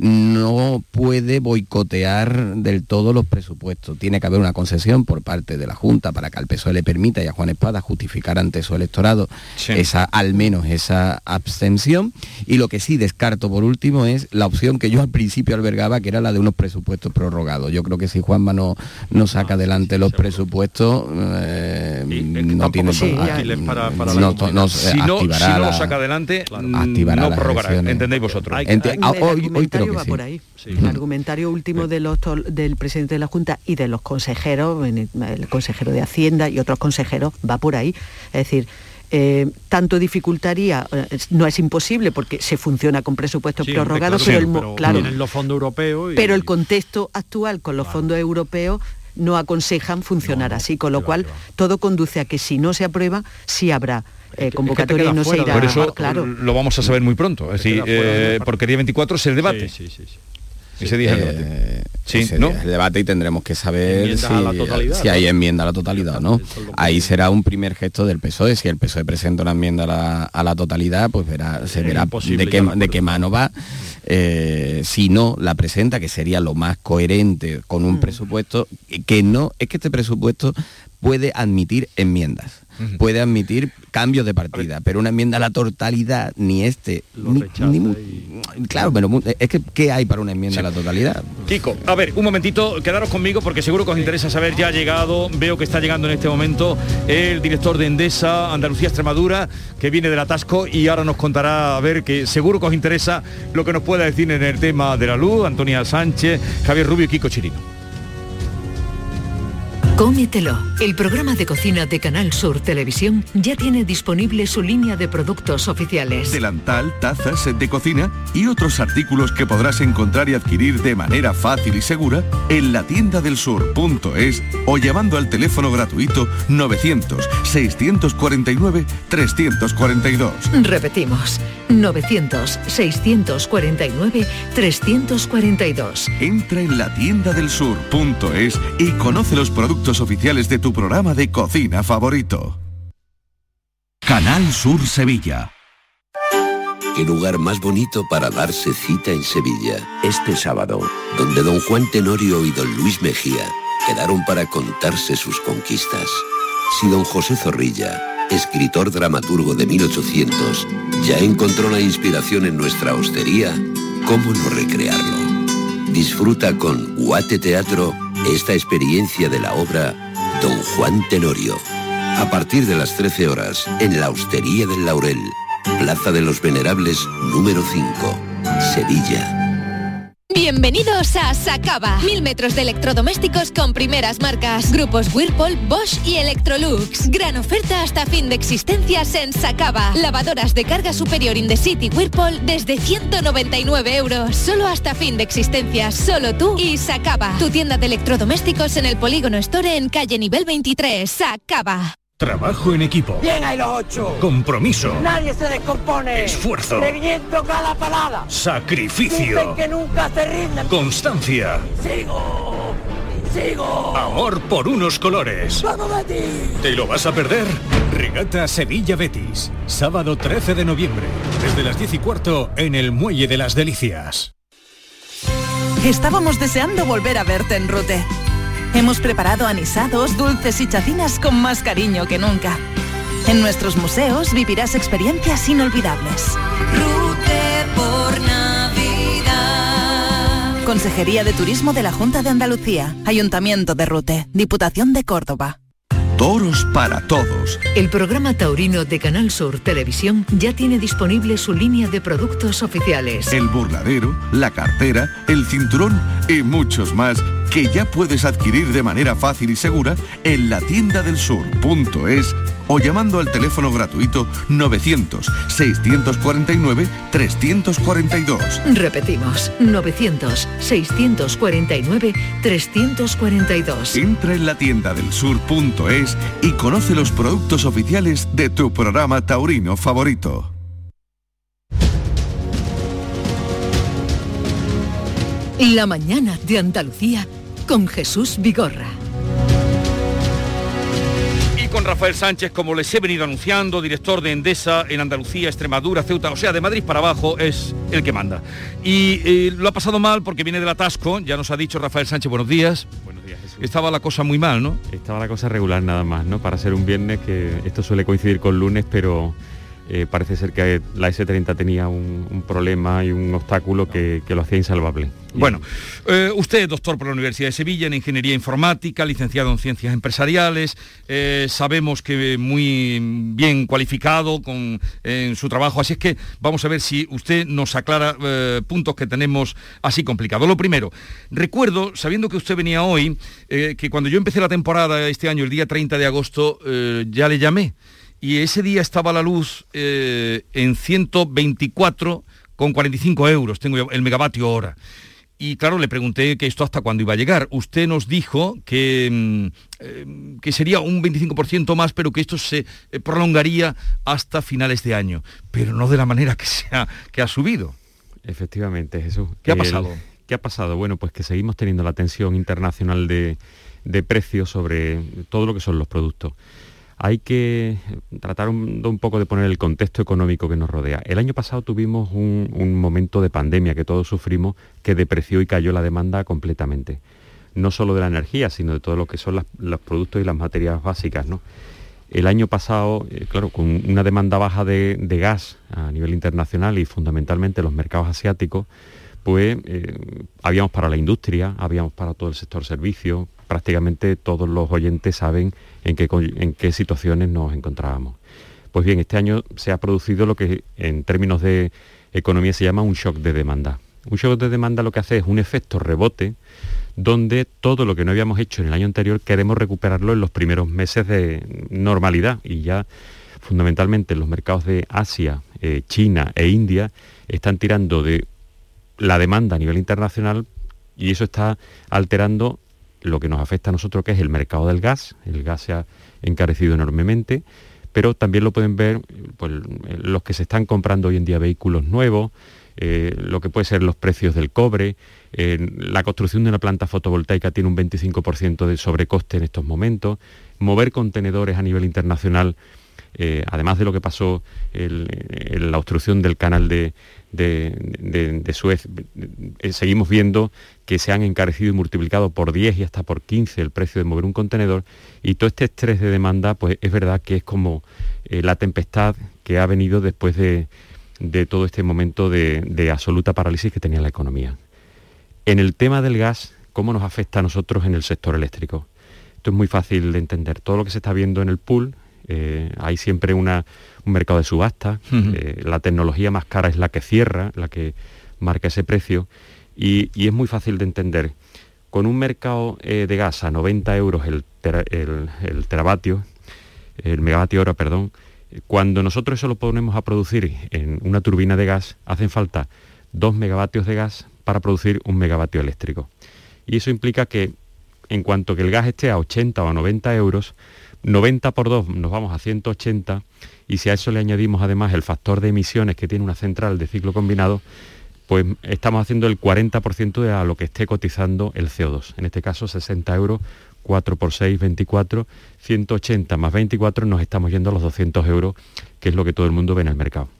no puede boicotear del todo los presupuestos. Tiene que haber una concesión por parte de la Junta para que al P S O E le permita y a Juan Espada justificar ante su electorado Sí. esa, al menos esa abstención. Y lo que sí descarto por último es la opción que yo al principio albergaba, que era la de unos presupuestos prorrogados. Yo creo que si Juanma no, no saca adelante los presupuestos, eh, no tiene son ah, útiles para- para la no, comunidad. no, Si no, si activará no lo la- saca adelante, activará no las prorrogará. elecciones. ¿Entendéis vosotros? Hay- Enti- El ah, hoy, hoy argumentario creo que va sí. por ahí. Sí. El argumentario último de los, tol- del presidente de la Junta y de los consejeros, en el, el consejero de Hacienda y otros consejeros, va por ahí. Es decir, eh, tanto dificultaría, eh, no es imposible porque se funciona con presupuestos Sí, hombre, prorrogados, claro, pero, el, mo- pero claro, tienen los fondos europeos y- pero el contexto actual con los fondos europeos no aconsejan funcionar No, no, así, con lo que va, cual que va. todo conduce a que si no se aprueba, sí habrá que- eh, es que te convocatoria queda y no se fuera de- irá. Por eso claro. lo vamos a saber muy pronto. Es Te decir, queda fuera de eh, la- porque el día veinticuatro es el debate. Sí, sí, sí, sí. Ese día es el Eh, debate. Sí, ese ¿no? día es el debate y tendremos que saber si, Enmiendas a la totalidad, si hay ¿no? enmienda a la totalidad o no. Eso es lo que- Ahí será un primer gesto del P S O E. Si el P S O E presenta una enmienda a la, a la totalidad, pues verá, se Es verá imposible de qué, llegar a de qué mano va. Eh, si no la presenta, que sería lo más coherente con un presupuesto, que no, es que este presupuesto puede admitir enmiendas. Puede admitir cambios de partida, pero una enmienda a la totalidad, ni este, Lo ni, rechaza ni mu- y- claro, pero mu- es que ¿qué hay para una enmienda a la totalidad? Kiko, a ver, un momentito, quedaros conmigo porque seguro que os interesa saber, ya ha llegado, veo que está llegando en este momento el director de Endesa, Andalucía Extremadura, que viene del atasco y ahora nos contará, a ver, que seguro que os interesa lo que nos pueda decir en el tema de la luz, Antonia Sánchez, Javier Rubio y Kiko Chirino. Cómetelo. El programa de cocina de Canal Sur Televisión ya tiene disponible su línea de productos oficiales. Delantal, tazas, set de cocina y otros artículos que podrás encontrar y adquirir de manera fácil y segura en la tienda del sur punto es o llamando al teléfono gratuito novecientos, seiscientos cuarenta y nueve, trescientos cuarenta y dos. Repetimos, novecientos, seiscientos cuarenta y nueve, trescientos cuarenta y dos. Entra en la tienda del sur punto es y conoce los productos oficiales de tu programa de cocina favorito. Canal Sur Sevilla. Qué lugar más bonito para darse cita en Sevilla. Este sábado, donde don Juan Tenorio y don Luis Mejía quedaron para contarse sus conquistas. Si don José Zorrilla, escritor dramaturgo de mil ochocientos, ya encontró la inspiración en nuestra hostería, ¿cómo no recrearlo? Disfruta con Guate Teatro esta experiencia de la obra Don Juan Tenorio. A partir de las trece horas, en la Hostería del Laurel, Plaza de los Venerables, número cinco, Sevilla. Bienvenidos a Sacaba. Mil metros de electrodomésticos con primeras marcas. Grupos Whirlpool, Bosch y Electrolux. Gran oferta hasta fin de existencias en Sacaba. Lavadoras de carga superior in the city Whirlpool desde ciento noventa y nueve euros. Solo hasta fin de existencias. Solo tú y Sacaba. Tu tienda de electrodomésticos en el Polígono Store en calle nivel veintitrés. Sacaba. Trabajo en equipo. Bien hay los ocho. Compromiso. Nadie se descompone. Esfuerzo. Reviento cada palada. Sacrificio. Dicen que nunca se rinden. Constancia. Sigo. Sigo. Amor por unos colores. ¡Vamos, Betis! ¿Te lo vas a perder? Regata Sevilla-Betis. Sábado trece de noviembre. Desde las diez y cuarto en el Muelle de las Delicias. Estábamos deseando volver a verte en Rute. Hemos preparado anisados, dulces y chacinas con más cariño que nunca. En nuestros museos vivirás experiencias inolvidables. Rute por Navidad. Consejería de Turismo de la Junta de Andalucía. Ayuntamiento de Rute. Diputación de Córdoba. Toros para todos. El programa taurino de Canal Sur Televisión ya tiene disponible su línea de productos oficiales. El burladero, la cartera, el cinturón y muchos más que ya puedes adquirir de manera fácil y segura en la tienda del sur punto es o llamando al teléfono gratuito novecientos, seiscientos cuarenta y nueve, trescientos cuarenta y dos. Repetimos, novecientos, seiscientos cuarenta y nueve, trescientos cuarenta y dos. Entra en la tienda del sur punto es y conoce los productos oficiales de tu programa taurino favorito. La mañana de Andalucía con Jesús Vigorra. Y con Rafael Sánchez, como les he venido anunciando, director de Endesa en Andalucía, Extremadura, Ceuta, o sea, de Madrid para abajo, es el que manda. Y eh, lo ha pasado mal porque viene del atasco, ya nos ha dicho Rafael Sánchez, buenos días. Buenos días, Jesús. Estaba la cosa muy mal, ¿no? Estaba la cosa regular nada más, ¿no? Para ser un viernes, que esto suele coincidir con lunes, pero eh, parece ser que la ese treinta tenía un, un problema y un obstáculo que, que lo hacía insalvable. Bueno, eh, usted es doctor por la Universidad de Sevilla en Ingeniería Informática, licenciado en Ciencias Empresariales, eh, sabemos que muy bien cualificado con, en su trabajo, así es que vamos a ver si usted nos aclara eh, puntos que tenemos así complicados. Lo primero, recuerdo, sabiendo que usted venía hoy, eh, que cuando yo empecé la temporada este año, el día treinta de agosto, eh, ya le llamé, y ese día estaba la luz eh, en ciento veinticuatro con cuarenta y cinco euros, tengo el megavatio hora. Y claro, le pregunté que esto hasta cuándo iba a llegar. Usted nos dijo que, eh, que sería un veinticinco por ciento más, pero que esto se eh, prolongaría hasta finales de año. Pero no de la manera que, se ha, que ha subido. Efectivamente, Jesús. ¿Qué ha pasado? El, ¿Qué ha pasado? Bueno, pues que seguimos teniendo la tensión internacional de, de precios sobre todo lo que son los productos. Hay que tratar un, un poco de poner el contexto económico que nos rodea. El año pasado tuvimos un, un momento de pandemia que todos sufrimos, que depreció y cayó la demanda completamente. No solo de la energía, sino de todo lo que son las, los productos y las materias básicas, ¿no? El año pasado, eh, claro, con una demanda baja de, de gas a nivel internacional y fundamentalmente los mercados asiáticos, pues eh, habíamos para la industria, habíamos para todo el sector servicios, prácticamente todos los oyentes saben en qué, en qué situaciones nos encontrábamos. Pues bien, este año se ha producido lo que en términos de economía se llama un shock de demanda. Un shock de demanda lo que hace es un efecto rebote, donde todo lo que no habíamos hecho en el año anterior queremos recuperarlo en los primeros meses de normalidad, y ya fundamentalmente los mercados de Asia, eh, China e India están tirando de la demanda a nivel internacional, y eso está alterando lo que nos afecta a nosotros, que es el mercado del gas. El gas se ha encarecido enormemente, pero también lo pueden ver pues, los que se están comprando hoy en día vehículos nuevos, eh, lo que puede ser los precios del cobre, eh, la construcción de una planta fotovoltaica tiene un veinticinco por ciento de sobrecoste en estos momentos, mover contenedores a nivel internacional, eh, además de lo que pasó en la obstrucción del canal de, de, de, de Suez, eh, seguimos viendo que se han encarecido y multiplicado por diez y hasta por quince el precio de mover un contenedor, y todo este estrés de demanda, pues es verdad que es como eh, la tempestad que ha venido después de, de todo este momento de, de absoluta parálisis que tenía la economía. En el tema del gas, ¿cómo nos afecta a nosotros en el sector eléctrico? Esto es muy fácil de entender. Todo lo que se está viendo en el pool, eh, hay siempre una, un mercado de subasta, uh-huh. eh, la tecnología más cara es la que cierra, la que marca ese precio, Y, y es muy fácil de entender. Con un mercado eh, de gas a noventa euros el, tera, el, el teravatio, el megavatio hora, perdón, cuando nosotros eso lo ponemos a producir en una turbina de gas, hacen falta dos megavatios de gas para producir un megavatio eléctrico. Y eso implica que en cuanto que el gas esté a ochenta o a noventa euros, noventa por dos nos vamos a ciento ochenta, y si a eso le añadimos además el factor de emisiones que tiene una central de ciclo combinado, pues estamos haciendo el cuarenta por ciento de a lo que esté cotizando el C O dos. En este caso sesenta euros, cuatro por seis, veinticuatro, ciento ochenta más veinticuatro, nos estamos yendo a los doscientos euros, que es lo que todo el mundo ve en el mercado.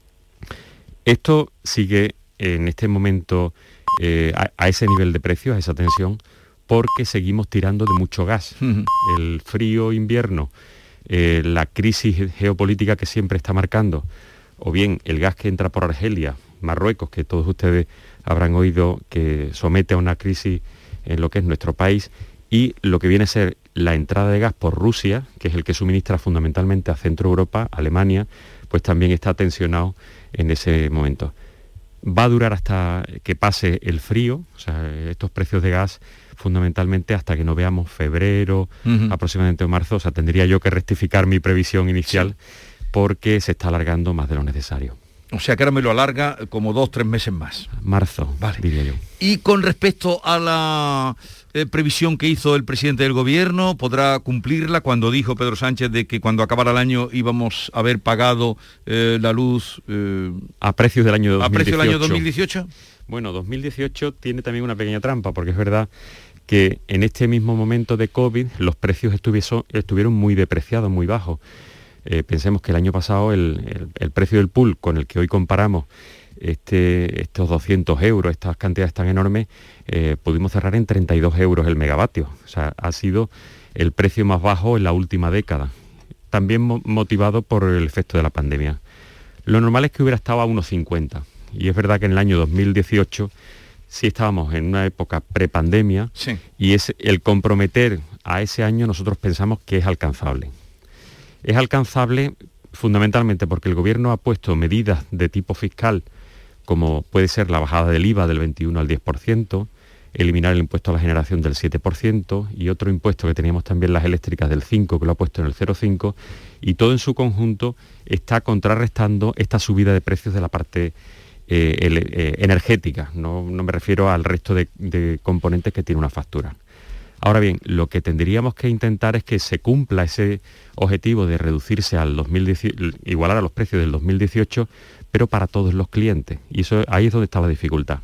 Esto sigue en este momento eh, a, a ese nivel de precios, a esa tensión, porque seguimos tirando de mucho gas. Uh-huh. El frío invierno, eh, la crisis geopolítica que siempre está marcando, o bien el gas que entra por Argelia, Marruecos, que todos ustedes habrán oído que somete a una crisis en lo que es nuestro país, y lo que viene a ser la entrada de gas por Rusia, que es el que suministra fundamentalmente a Centro Europa, Alemania, pues también está tensionado en ese momento. Va a durar hasta que pase el frío, o sea, estos precios de gas fundamentalmente hasta que no veamos febrero, uh-huh. aproximadamente o marzo, o sea, tendría yo que rectificar mi previsión inicial, sí. porque se está alargando más de lo necesario. O sea, que ahora me lo alarga como dos, tres meses más. Marzo, vale. diría yo. Y con respecto a la eh, previsión que hizo el presidente del gobierno, ¿podrá cumplirla cuando dijo Pedro Sánchez de que cuando acabara el año íbamos a haber pagado eh, la luz eh, a precios del año dos mil dieciocho? ¿A precios del año dos mil dieciocho? Bueno, dos mil dieciocho tiene también una pequeña trampa, porque es verdad que en este mismo momento de COVID los precios estuvieron muy depreciados, muy bajos. Eh, pensemos que el año pasado el, el, el precio del pool con el que hoy comparamos este, estos doscientos euros, estas cantidades tan enormes, eh, pudimos cerrar en treinta y dos euros el megavatio. O sea, ha sido el precio más bajo en la última década, también mo- motivado por el efecto de la pandemia. Lo normal es que hubiera estado a uno cincuenta, y es verdad que en el año dos mil dieciocho sí estábamos en una época prepandemia, sí. y es el comprometer a ese año nosotros pensamos que es alcanzable. Es alcanzable fundamentalmente porque el gobierno ha puesto medidas de tipo fiscal, como puede ser la bajada del I V A del veintiuno al diez por ciento, eliminar el impuesto a la generación del siete por ciento, y otro impuesto que teníamos también las eléctricas del cinco por ciento, que lo ha puesto en el cero coma cinco por ciento, y todo en su conjunto está contrarrestando esta subida de precios de la parte eh, el, eh, energética. No, no me refiero al resto de, de componentes que tiene una factura. Ahora bien, lo que tendríamos que intentar es que se cumpla ese objetivo de reducirse al dos mil dieciocho, igualar a los precios del dos mil dieciocho, pero para todos los clientes. Y eso ahí es donde está la dificultad.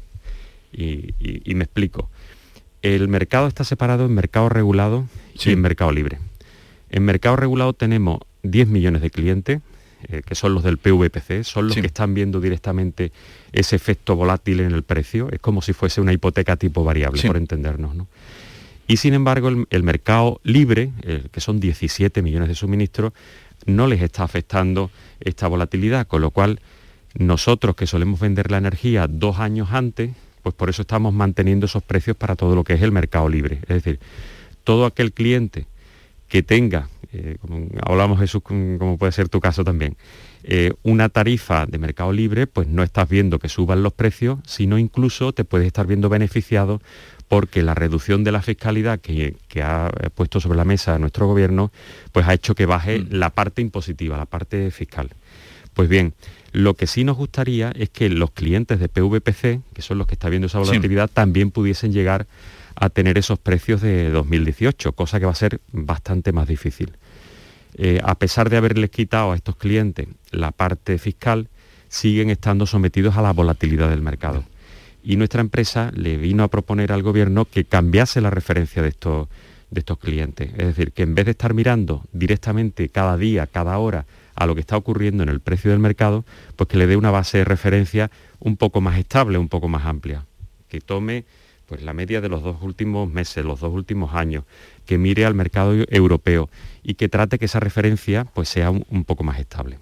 Y, y, y me explico. El mercado está separado en mercado regulado sí. y en mercado libre. En mercado regulado tenemos diez millones de clientes, eh, que son los del P V P C, son los sí. que están viendo directamente ese efecto volátil en el precio. Es como si fuese una hipoteca tipo variable, sí. por entendernos, ¿no? Y sin embargo el, el mercado libre, eh, que son diecisiete millones de suministros, no les está afectando esta volatilidad, con lo cual nosotros que solemos vender la energía dos años antes, pues por eso estamos manteniendo esos precios para todo lo que es el mercado libre. Es decir, todo aquel cliente que tenga, eh, como hablamos Jesús, como puede ser tu caso también, eh, una tarifa de mercado libre, pues no estás viendo que suban los precios, sino incluso te puedes estar viendo beneficiado porque la reducción de la fiscalidad que, que ha puesto sobre la mesa nuestro gobierno, pues ha hecho que baje mm. la parte impositiva, la parte fiscal. Pues bien, lo que sí nos gustaría es que los clientes de P V P C, que son los que están viendo esa volatilidad, sí. también pudiesen llegar a tener esos precios de dos mil dieciocho, cosa que va a ser bastante más difícil. Eh, a pesar de haberles quitado a estos clientes la parte fiscal, siguen estando sometidos a la volatilidad del mercado. Y nuestra empresa le vino a proponer al gobierno que cambiase la referencia de estos, de estos clientes. Es decir, que en vez de estar mirando directamente cada día, cada hora, a lo que está ocurriendo en el precio del mercado, pues que le dé una base de referencia un poco más estable, un poco más amplia. Que tome pues la media de los dos últimos meses, los dos últimos años, que mire al mercado europeo y que trate que esa referencia pues sea un, un poco más estable.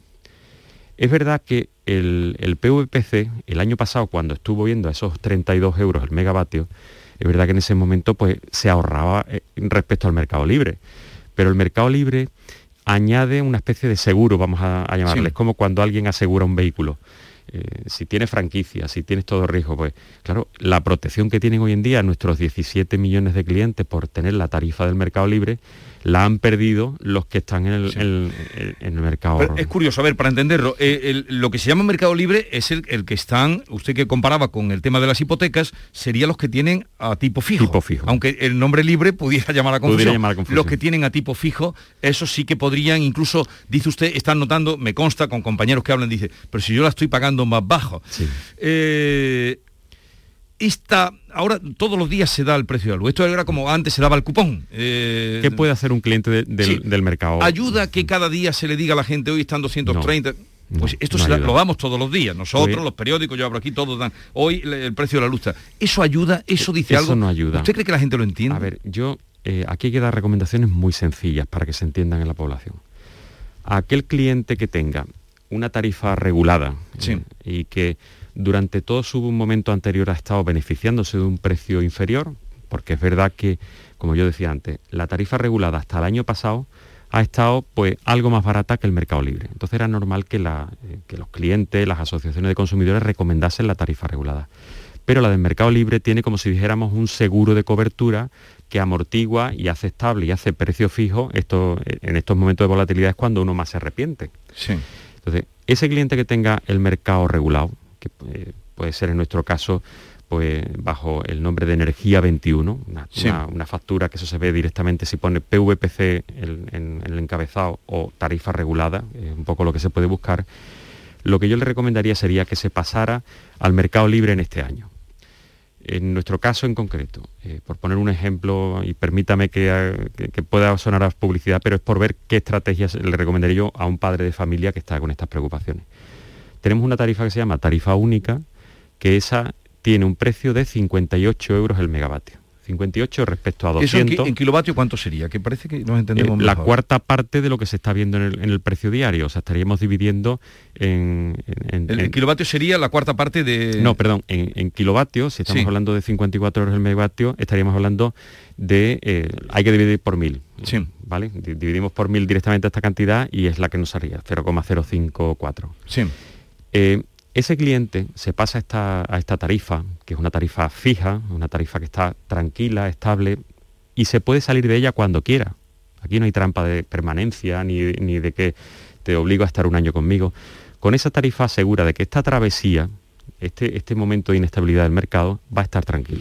Es verdad que el, el P V P C, el año pasado, cuando estuvo viendo a esos treinta y dos euros el megavatio, es verdad que en ese momento pues, se ahorraba eh, respecto al mercado libre. Pero el mercado libre añade una especie de seguro, vamos a, a llamarle, sí. como cuando alguien asegura un vehículo. eh, si tienes franquicia, si tienes todo riesgo, pues claro, la protección que tienen hoy en día nuestros diecisiete millones de clientes por tener la tarifa del mercado libre, la han perdido los que están en el, sí. el, el, en el mercado. Pero es curioso, a ver, para entenderlo, eh, el, lo que se llama mercado libre es el, el que están, usted que comparaba con el tema de las hipotecas, sería los que tienen a tipo fijo. Tipo fijo. Aunque el nombre libre pudiera llamar a confusión. Llamar a confusión. Los que tienen a tipo fijo, eso sí que podrían, incluso, dice usted, están notando, me consta con compañeros que hablan, dice, pero si yo la estoy pagando más bajo. Sí. Eh, Esta, ahora todos los días se da el precio de la luz. Esto era como antes se daba el cupón. Eh, ¿Qué puede hacer un cliente de, de, sí. del mercado? ¿Ayuda que cada día se le diga a la gente hoy están doscientos treinta? No, pues esto no se la, lo damos todos los días. Nosotros, pues, los periódicos, yo abro aquí, todos dan. Hoy el precio de la luz está. ¿Eso ayuda? ¿Eso dice eso algo? No ayuda. ¿Usted cree que la gente lo entiende? A ver, yo eh, aquí hay que dar recomendaciones muy sencillas para que se entiendan en la población. A aquel cliente que tenga una tarifa regulada sí. eh, y que durante todo su momento anterior ha estado beneficiándose de un precio inferior, porque es verdad que, como yo decía antes, la tarifa regulada hasta el año pasado ha estado pues algo más barata que el mercado libre. Entonces era normal que, la, eh, que los clientes, las asociaciones de consumidores recomendasen la tarifa regulada. Pero la del mercado libre tiene, como si dijéramos, un seguro de cobertura que amortigua y hace estable y hace precio fijo. Esto, en estos momentos de volatilidad es cuando uno más se arrepiente. Sí. Entonces, ese cliente que tenga el mercado regulado, que eh, puede ser en nuestro caso pues bajo el nombre de Energía veintiuno, una, sí. una, una factura que eso se ve directamente si pone P V P C en, en, en el encabezado o tarifa regulada, es un poco lo que se puede buscar. Lo que yo le recomendaría sería que se pasara al mercado libre en este año. En nuestro caso en concreto, eh, por poner un ejemplo, y permítame que, que, que pueda sonar a publicidad, pero es por ver qué estrategias le recomendaría yo a un padre de familia que está con estas preocupaciones. Tenemos una tarifa que se llama tarifa única, que esa tiene un precio de cincuenta y ocho euros el megavatio. cincuenta y ocho respecto a doscientos. ¿Eso en, en kilovatio cuánto sería? Que parece que nos entendemos eh, La mejor. cuarta parte de lo que se está viendo en el, en el precio diario. O sea, estaríamos dividiendo en... en, el, en el kilovatio sería la cuarta parte de... No, perdón, en, en kilovatios, si estamos sí. hablando de cincuenta y cuatro euros el megavatio, estaríamos hablando de... Eh, hay que dividir por mil. Sí. ¿Vale? Dividimos por mil directamente esta cantidad y es la que nos haría, cero coma cero cincuenta y cuatro. Sí. Eh, ese cliente se pasa a esta, a esta tarifa, que es una tarifa fija, una tarifa que está tranquila, estable, y se puede salir de ella cuando quiera. Aquí no hay trampa de permanencia, ni, ni de que te obligo a estar un año conmigo. Con esa tarifa asegura de que esta travesía, este, este momento de inestabilidad del mercado, va a estar tranquilo.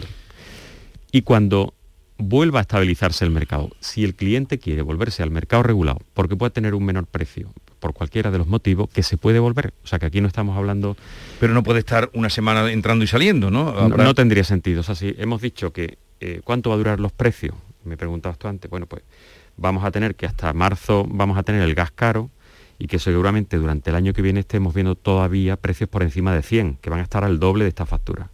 Y cuando vuelva a estabilizarse el mercado, si el cliente quiere volverse al mercado regulado, porque puede tener un menor precio, por cualquiera de los motivos, que se puede volver. O sea, que aquí no estamos hablando... Pero no puede estar una semana entrando y saliendo, ¿no? Habrá... No, no tendría sentido. O sea, si hemos dicho que eh, ¿cuánto va a durar los precios? Me preguntabas tú antes. Bueno, pues vamos a tener que hasta marzo vamos a tener el gas caro y que seguramente durante el año que viene estemos viendo todavía precios por encima de cien, que van a estar al doble de esta factura.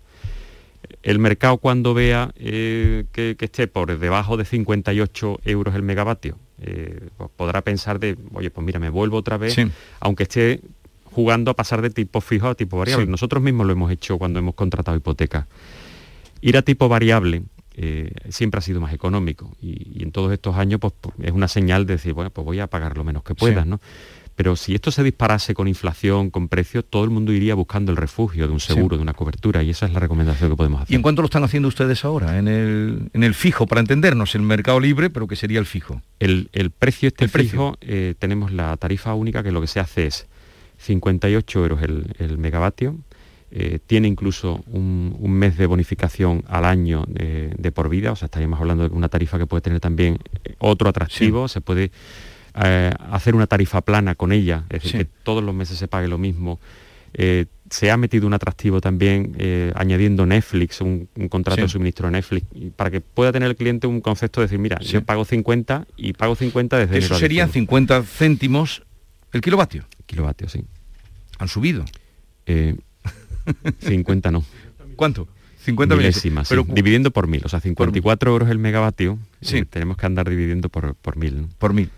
El mercado cuando vea eh, que, que esté por debajo de cincuenta y ocho euros el megavatio, eh, pues podrá pensar de, oye, pues mira, me vuelvo otra vez, sí. aunque esté jugando a pasar de tipo fijo a tipo variable. Sí. Nosotros mismos lo hemos hecho cuando hemos contratado hipotecas. Ir a tipo variable eh, siempre ha sido más económico y, y en todos estos años pues, pues es una señal de decir, bueno, pues voy a pagar lo menos que pueda, sí. ¿no? Pero si esto se disparase con inflación, con precios, todo el mundo iría buscando el refugio de un seguro, sí. de una cobertura, y esa es la recomendación que podemos hacer. ¿Y en cuánto lo están haciendo ustedes ahora? En el, en el fijo, para entendernos, el mercado libre, pero ¿qué sería el fijo? El, el precio este el fijo, precio. Eh, tenemos la tarifa única, que lo que se hace es cincuenta y ocho euros el, el megavatio, eh, tiene incluso un, un mes de bonificación al año de, de por vida, o sea, estaríamos hablando de una tarifa que puede tener también otro atractivo, sí. se puede... Eh, hacer una tarifa plana con ella, es decir, sí. que todos los meses se pague lo mismo. Eh, se ha metido un atractivo también eh, añadiendo Netflix, un, un contrato sí. de suministro de Netflix, para que pueda tener el cliente un concepto de decir, mira, sí. yo pago cincuenta y pago cincuenta desde Eso serían cincuenta céntimos el kilovatio. Kilovatio, sí. ¿Han subido? Eh, cincuenta no. ¿Cuánto? cincuenta milésimas, pero sí, dividiendo por mil, o sea, cincuenta y cuatro euros el megavatio, sí. eh, tenemos que andar dividiendo por, por mil. ¿no? Por mil.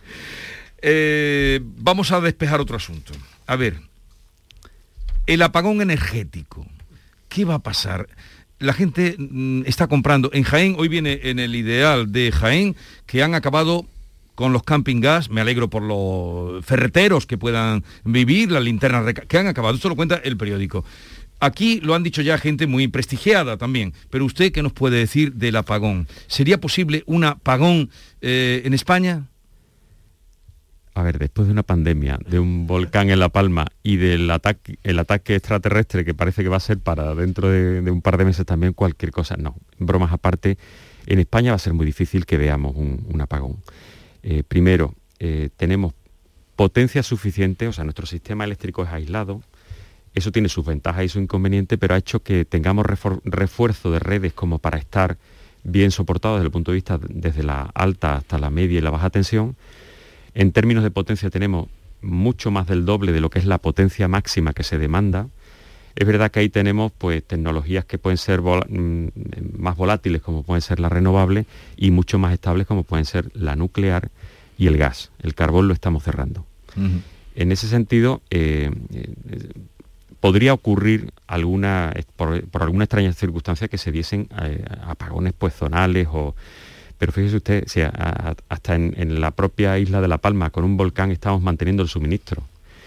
Eh, vamos a despejar otro asunto. A ver, el apagón energético, ¿qué va a pasar? La gente mm, está comprando. En Jaén, hoy viene en el Ideal de Jaén, que han acabado con los camping gas, me alegro por los ferreteros que puedan vivir, las linternas reca- que han acabado, esto lo cuenta el periódico. Aquí lo han dicho ya gente muy prestigiada también, pero usted, ¿qué nos puede decir del apagón? ¿Sería posible un apagón eh, en España? A ver, después de una pandemia, de un volcán en La Palma y del ataque, el ataque extraterrestre que parece que va a ser para dentro de, de un par de meses también cualquier cosa, no, bromas aparte, en España va a ser muy difícil que veamos un, un apagón. Eh, primero, eh, tenemos potencia suficiente, o sea, nuestro sistema eléctrico es aislado, eso tiene sus ventajas y sus inconvenientes, pero ha hecho que tengamos refor- refuerzo de redes como para estar bien soportados desde el punto de vista desde la alta hasta la media y la baja tensión. En términos de potencia tenemos mucho más del doble de lo que es la potencia máxima que se demanda. Es verdad que ahí tenemos pues tecnologías que pueden ser vol- más volátiles, como pueden ser las renovables, y mucho más estables, como pueden ser la nuclear y el gas. El carbón lo estamos cerrando. Uh-huh. En ese sentido, eh, eh, podría ocurrir alguna, por, por alguna extraña circunstancia que se diesen eh, apagones pues zonales o... Pero fíjese usted, si a, a, hasta en, en la propia isla de La Palma, con un volcán, estamos manteniendo el suministro.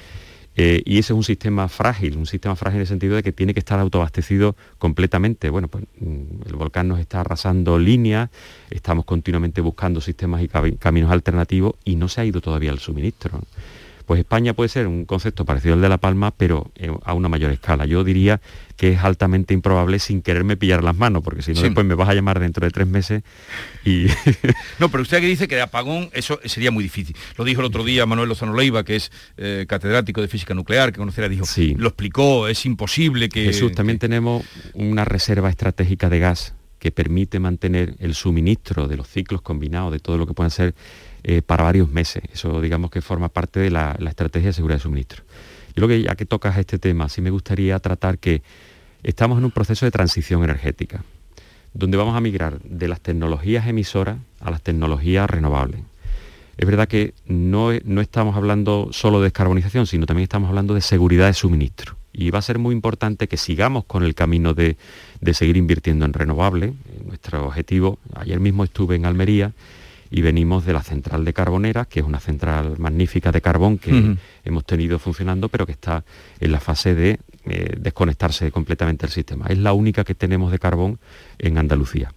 Eh, y ese es un sistema frágil, un sistema frágil en el sentido de que tiene que estar autoabastecido completamente. Bueno, pues el volcán nos está arrasando líneas, estamos continuamente buscando sistemas y cab- caminos alternativos y no se ha ido todavía el suministro. Pues España puede ser un concepto parecido al de La Palma, pero eh, a una mayor escala. Yo diría que es altamente improbable sin quererme pillar las manos, porque si no, sí, después me vas a llamar dentro de tres meses y... No, pero usted que dice que de apagón eso sería muy difícil. Lo dijo el otro día Manuel Lozano Leiva, que es eh, catedrático de física nuclear, que conocerá, dijo, sí, lo explicó, es imposible que... Jesús, también que... tenemos una reserva estratégica de gas que permite mantener el suministro de los ciclos combinados, de todo lo que puedan ser eh, para varios meses. Eso digamos que forma parte de la, la estrategia de seguridad de suministro. Yo lo que, ya que tocas este tema, sí me gustaría tratar que estamos en un proceso de transición energética, donde vamos a migrar de las tecnologías emisoras a las tecnologías renovables. Es verdad que no, no estamos hablando solo de descarbonización, sino también estamos hablando de seguridad de suministro. Y va a ser muy importante que sigamos con el camino de, de seguir invirtiendo en renovables. Nuestro objetivo, ayer mismo estuve en Almería y venimos de la central de Carboneras, que es una central magnífica de carbón que uh-huh. hemos tenido funcionando, pero que está en la fase de eh, desconectarse completamente del sistema. Es la única que tenemos de carbón en Andalucía.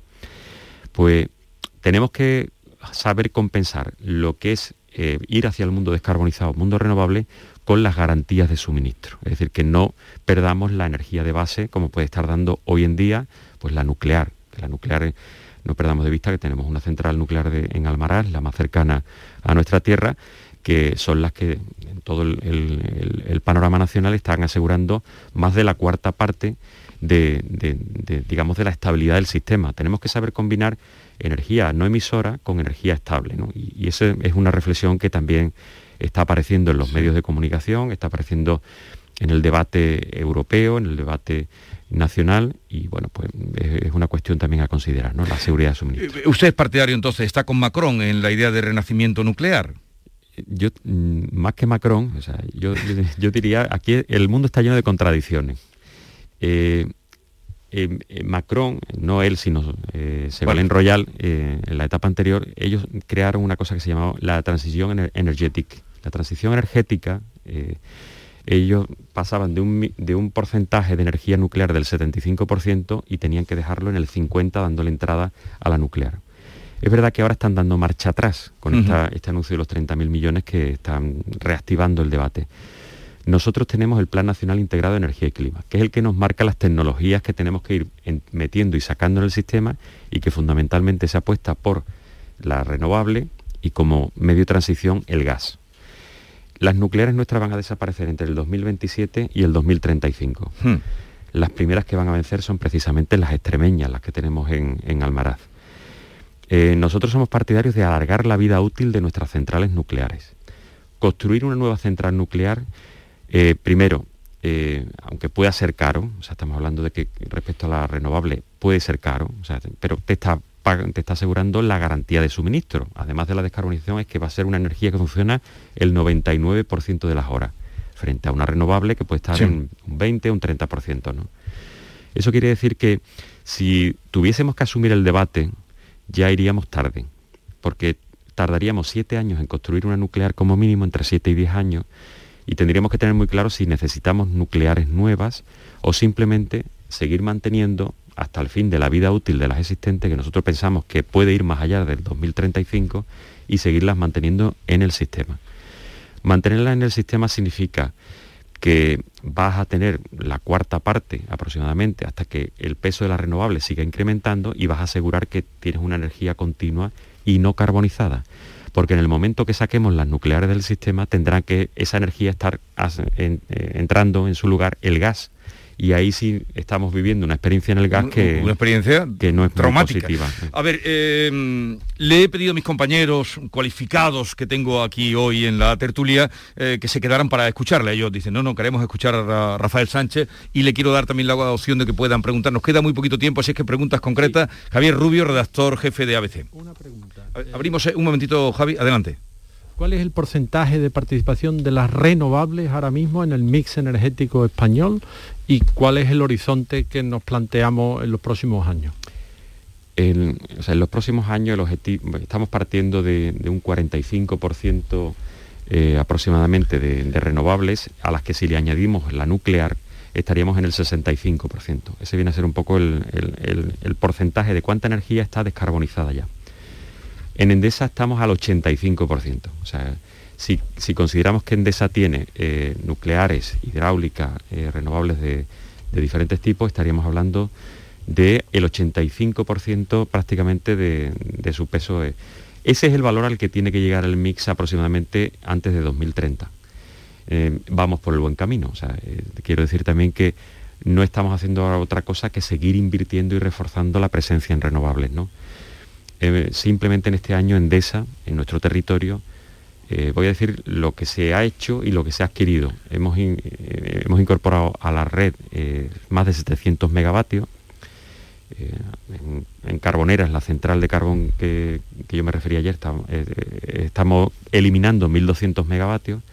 Pues tenemos que saber compensar lo que es eh, ir hacia el mundo descarbonizado, mundo renovable, con las garantías de suministro. Es decir, que no perdamos la energía de base, como puede estar dando hoy en día pues la nuclear. La nuclear, no perdamos de vista que tenemos una central nuclear de, en Almaraz, la más cercana a nuestra tierra, que son las que en todo el, el, el panorama nacional están asegurando más de la cuarta parte de, de, de, digamos, de la estabilidad del sistema. Tenemos que saber combinar energía no emisora con energía estable, ¿no? Y, y esa es una reflexión que también está apareciendo en los medios de comunicación, está apareciendo en el debate europeo, en el debate nacional, y bueno, pues es una cuestión también a considerar, ¿no? La seguridad de suministro. ¿Usted es partidario entonces, está con Macron en la idea de renacimiento nuclear? Yo, más que Macron, o sea, yo, yo, yo diría, aquí el mundo está lleno de contradicciones. Eh, eh, eh, Macron, no él, sino eh, Ségolène Royal, eh, en la etapa anterior, ellos crearon una cosa que se llamaba la transición ener- energética. La transición energética, eh, ellos pasaban de un, de un porcentaje de energía nuclear del setenta y cinco por ciento y tenían que dejarlo en el cincuenta por ciento, dándole entrada a la nuclear. Es verdad que ahora están dando marcha atrás con uh-huh. esta, este anuncio de los treinta mil millones que están reactivando el debate. Nosotros tenemos el Plan Nacional Integrado de Energía y Clima, que es el que nos marca las tecnologías que tenemos que ir en, metiendo y sacando en el sistema, y que fundamentalmente se apuesta por la renovable y como medio de transición el gas. Las nucleares nuestras van a desaparecer entre el dos mil veintisiete y el dos mil treinta y cinco. Hmm. Las primeras que van a vencer son precisamente las extremeñas, las que tenemos en, en Almaraz. Eh, nosotros somos partidarios de alargar la vida útil de nuestras centrales nucleares. Construir una nueva central nuclear, eh, primero, eh, aunque pueda ser caro, o sea, estamos hablando de que respecto a la renovable puede ser caro, o sea, pero te está te está asegurando la garantía de suministro. Además de la descarbonización, es que va a ser una energía que funciona el noventa y nueve por ciento de las horas, frente a una renovable que puede estar sí. en un veinte o un treinta por ciento, ¿no? Eso quiere decir que si tuviésemos que asumir el debate, ya iríamos tarde, porque tardaríamos siete años en construir una nuclear como mínimo, entre siete y diez años, y tendríamos que tener muy claro si necesitamos nucleares nuevas o simplemente seguir manteniendo hasta el fin de la vida útil de las existentes, que nosotros pensamos que puede ir más allá del dos mil treinta y cinco, y seguirlas manteniendo en el sistema. Mantenerlas en el sistema significa que vas a tener la cuarta parte aproximadamente hasta que el peso de las renovables siga incrementando, y vas a asegurar que tienes una energía continua y no carbonizada. Porque en el momento que saquemos las nucleares del sistema, tendrá que esa energía estar en, eh, entrando en su lugar el gas. Y ahí sí estamos viviendo una experiencia en el gas que, una experiencia que no es traumática. Muy positiva. A ver, eh, le he pedido a mis compañeros cualificados que tengo aquí hoy en la tertulia eh, que se quedaran para escucharle. Ellos dicen, no, no, queremos escuchar a Rafael Sánchez, y le quiero dar también la opción de que puedan preguntar. Nos queda muy poquito tiempo, así es que preguntas concretas. Sí. Javier Rubio, redactor jefe de A B C. Una pregunta. Abrimos un momentito, Javi, adelante. ¿Cuál es el porcentaje de participación de las renovables ahora mismo en el mix energético español, y cuál es el horizonte que nos planteamos en los próximos años? En, o sea, en los próximos años el objetivo, estamos partiendo de, de un cuarenta y cinco por ciento eh, aproximadamente de, de renovables, a las que si le añadimos la nuclear estaríamos en el sesenta y cinco por ciento. Ese viene a ser un poco el, el, el, el porcentaje de cuánta energía está descarbonizada ya. En Endesa estamos al ochenta y cinco por ciento. O sea, si, si consideramos que Endesa tiene eh, nucleares, hidráulicas, eh, renovables de, de diferentes tipos, estaríamos hablando del ochenta y cinco por ciento prácticamente de, de su peso. Eh. Ese es el valor al que tiene que llegar el mix aproximadamente antes de dos mil treinta. Eh, vamos por el buen camino. O sea, eh, quiero decir también que no estamos haciendo ahora otra cosa que seguir invirtiendo y reforzando la presencia en renovables, ¿no? Eh, simplemente en este año Endesa, en nuestro territorio, eh, voy a decir lo que se ha hecho y lo que se ha adquirido. Hemos, in, eh, hemos incorporado a la red eh, más de setecientos megavatios. Eh, en, en Carboneras, la central de carbón que, que yo me refería ayer, estamos, eh, estamos eliminando mil doscientos megavatios,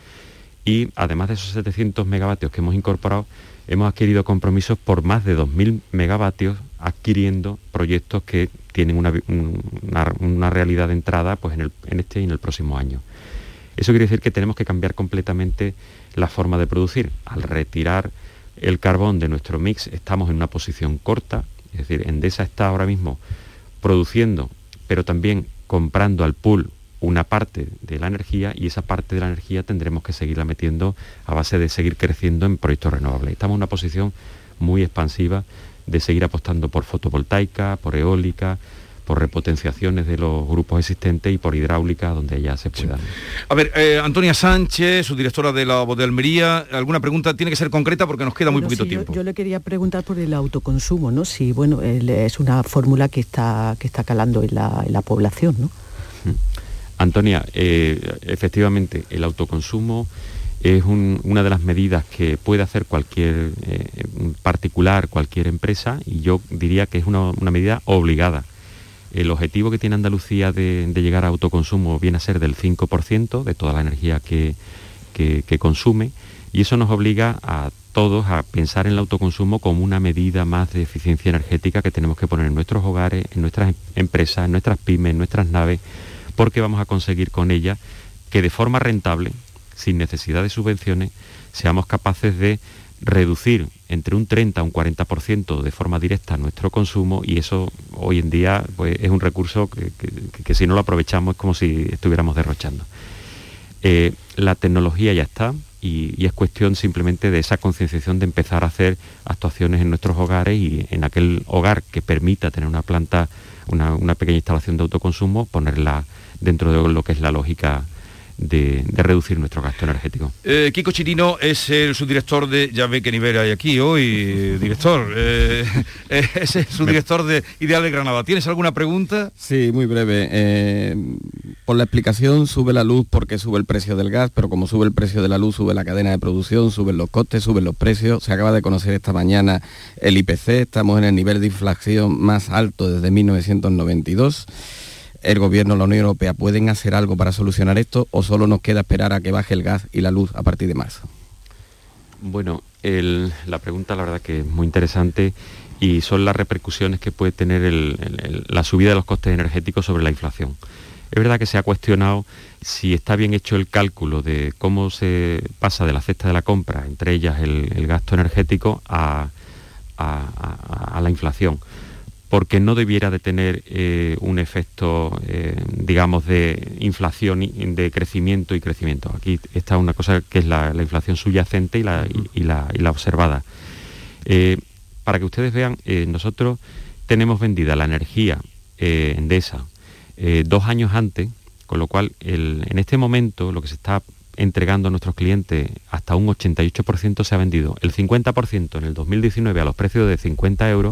y además de esos setecientos megavatios que hemos incorporado, hemos adquirido compromisos por más de dos mil megavatios, adquiriendo proyectos que tienen una, una, una realidad de entrada pues en, el, en este y en el próximo año. Eso quiere decir que tenemos que cambiar completamente la forma de producir. Al retirar el carbón de nuestro mix estamos en una posición corta, es decir, Endesa está ahora mismo produciendo, pero también comprando al pool una parte de la energía, y esa parte de la energía tendremos que seguirla metiendo a base de seguir creciendo en proyectos renovables. Estamos en una posición muy expansiva de seguir apostando por fotovoltaica, por eólica, por repotenciaciones de los grupos existentes y por hidráulica donde ya se pueda. Sí. A ver, eh, Antonia Sánchez, subdirectora de la voz de Almería, ¿alguna pregunta? Tiene que ser concreta porque nos queda muy bueno, poquito sí, tiempo. Yo, yo le quería preguntar por el autoconsumo, ¿no? Si, bueno, el, es una fórmula que está, que está calando en la, en la población, ¿no? Mm. Antonia, eh, efectivamente, el autoconsumo es un, una de las medidas que puede hacer cualquier eh, particular, cualquier empresa, y yo diría que es una, una medida obligada. El objetivo que tiene Andalucía de, de llegar a autoconsumo viene a ser del cinco por ciento de toda la energía que, que, que consume, y eso nos obliga a todos a pensar en el autoconsumo como una medida más de eficiencia energética que tenemos que poner en nuestros hogares, en nuestras empresas, en nuestras pymes, en nuestras naves, porque vamos a conseguir con ella que de forma rentable, sin necesidad de subvenciones, seamos capaces de reducir entre un treinta a un cuarenta por ciento de forma directa nuestro consumo, y eso hoy en día pues, es un recurso que, que, que si no lo aprovechamos es como si estuviéramos derrochando. Eh, la tecnología ya está, y, y es cuestión simplemente de esa concienciación de empezar a hacer actuaciones en nuestros hogares, y en aquel hogar que permita tener una planta, una, una pequeña instalación de autoconsumo, ponerla dentro de lo que es la lógica de, de reducir nuestro gasto energético. Eh, Kiko Chirino es el subdirector de, ya ve que nivel hay aquí hoy, director, eh, es el subdirector de Ideal de Granada. ¿Tienes alguna pregunta? Sí, muy breve. Eh, por la explicación, sube la luz porque sube el precio del gas, pero como sube el precio de la luz, sube la cadena de producción, suben los costes, suben los precios. Se acaba de conocer esta mañana el I P C, estamos en el nivel de inflación más alto desde mil novecientos noventa y dos. ¿El gobierno, la Unión Europea pueden hacer algo para solucionar esto, o solo nos queda esperar a que baje el gas y la luz a partir de marzo? Bueno, el, la pregunta la verdad que es muy interesante, y son las repercusiones que puede tener el, el, el, la subida de los costes energéticos sobre la inflación. Es verdad que se ha cuestionado si está bien hecho el cálculo de cómo se pasa de la cesta de la compra, entre ellas el, el gasto energético, a, a, a, a la inflación, porque no debiera de tener eh, un efecto, eh, digamos, de inflación, de crecimiento y crecimiento. Aquí está una cosa que es la, la inflación subyacente y la, y, y la, y la observada. Eh, para que ustedes vean, eh, nosotros tenemos vendida la energía eh, Endesa eh, dos años antes, con lo cual el, en este momento lo que se está entregando a nuestros clientes, hasta un ochenta y ocho por ciento se ha vendido. El cincuenta por ciento en el dos mil diecinueve a los precios de cincuenta euros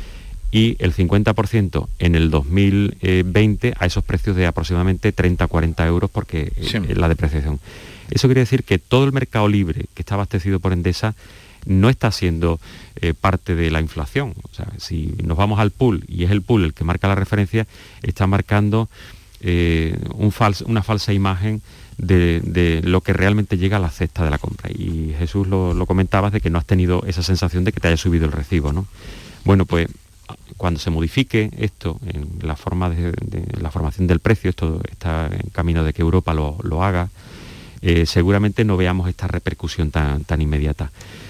y el cincuenta por ciento en el dos mil veinte a esos precios de aproximadamente treinta a cuarenta euros, porque sí. eh, la depreciación. Eso quiere decir que todo el mercado libre que está abastecido por Endesa no está siendo eh, parte de la inflación. O sea, si nos vamos al pool, y es el pool el que marca la referencia, está marcando eh, un fals- una falsa imagen de, de lo que realmente llega a la cesta de la compra. Y Jesús lo, lo comentabas, de que no has tenido esa sensación de que te haya subido el recibo, ¿no? Bueno, pues cuando se modifique esto en la forma de, de la formación del precio, esto está en camino de que Europa lo, lo haga, eh, seguramente no veamos esta repercusión tan, tan inmediata.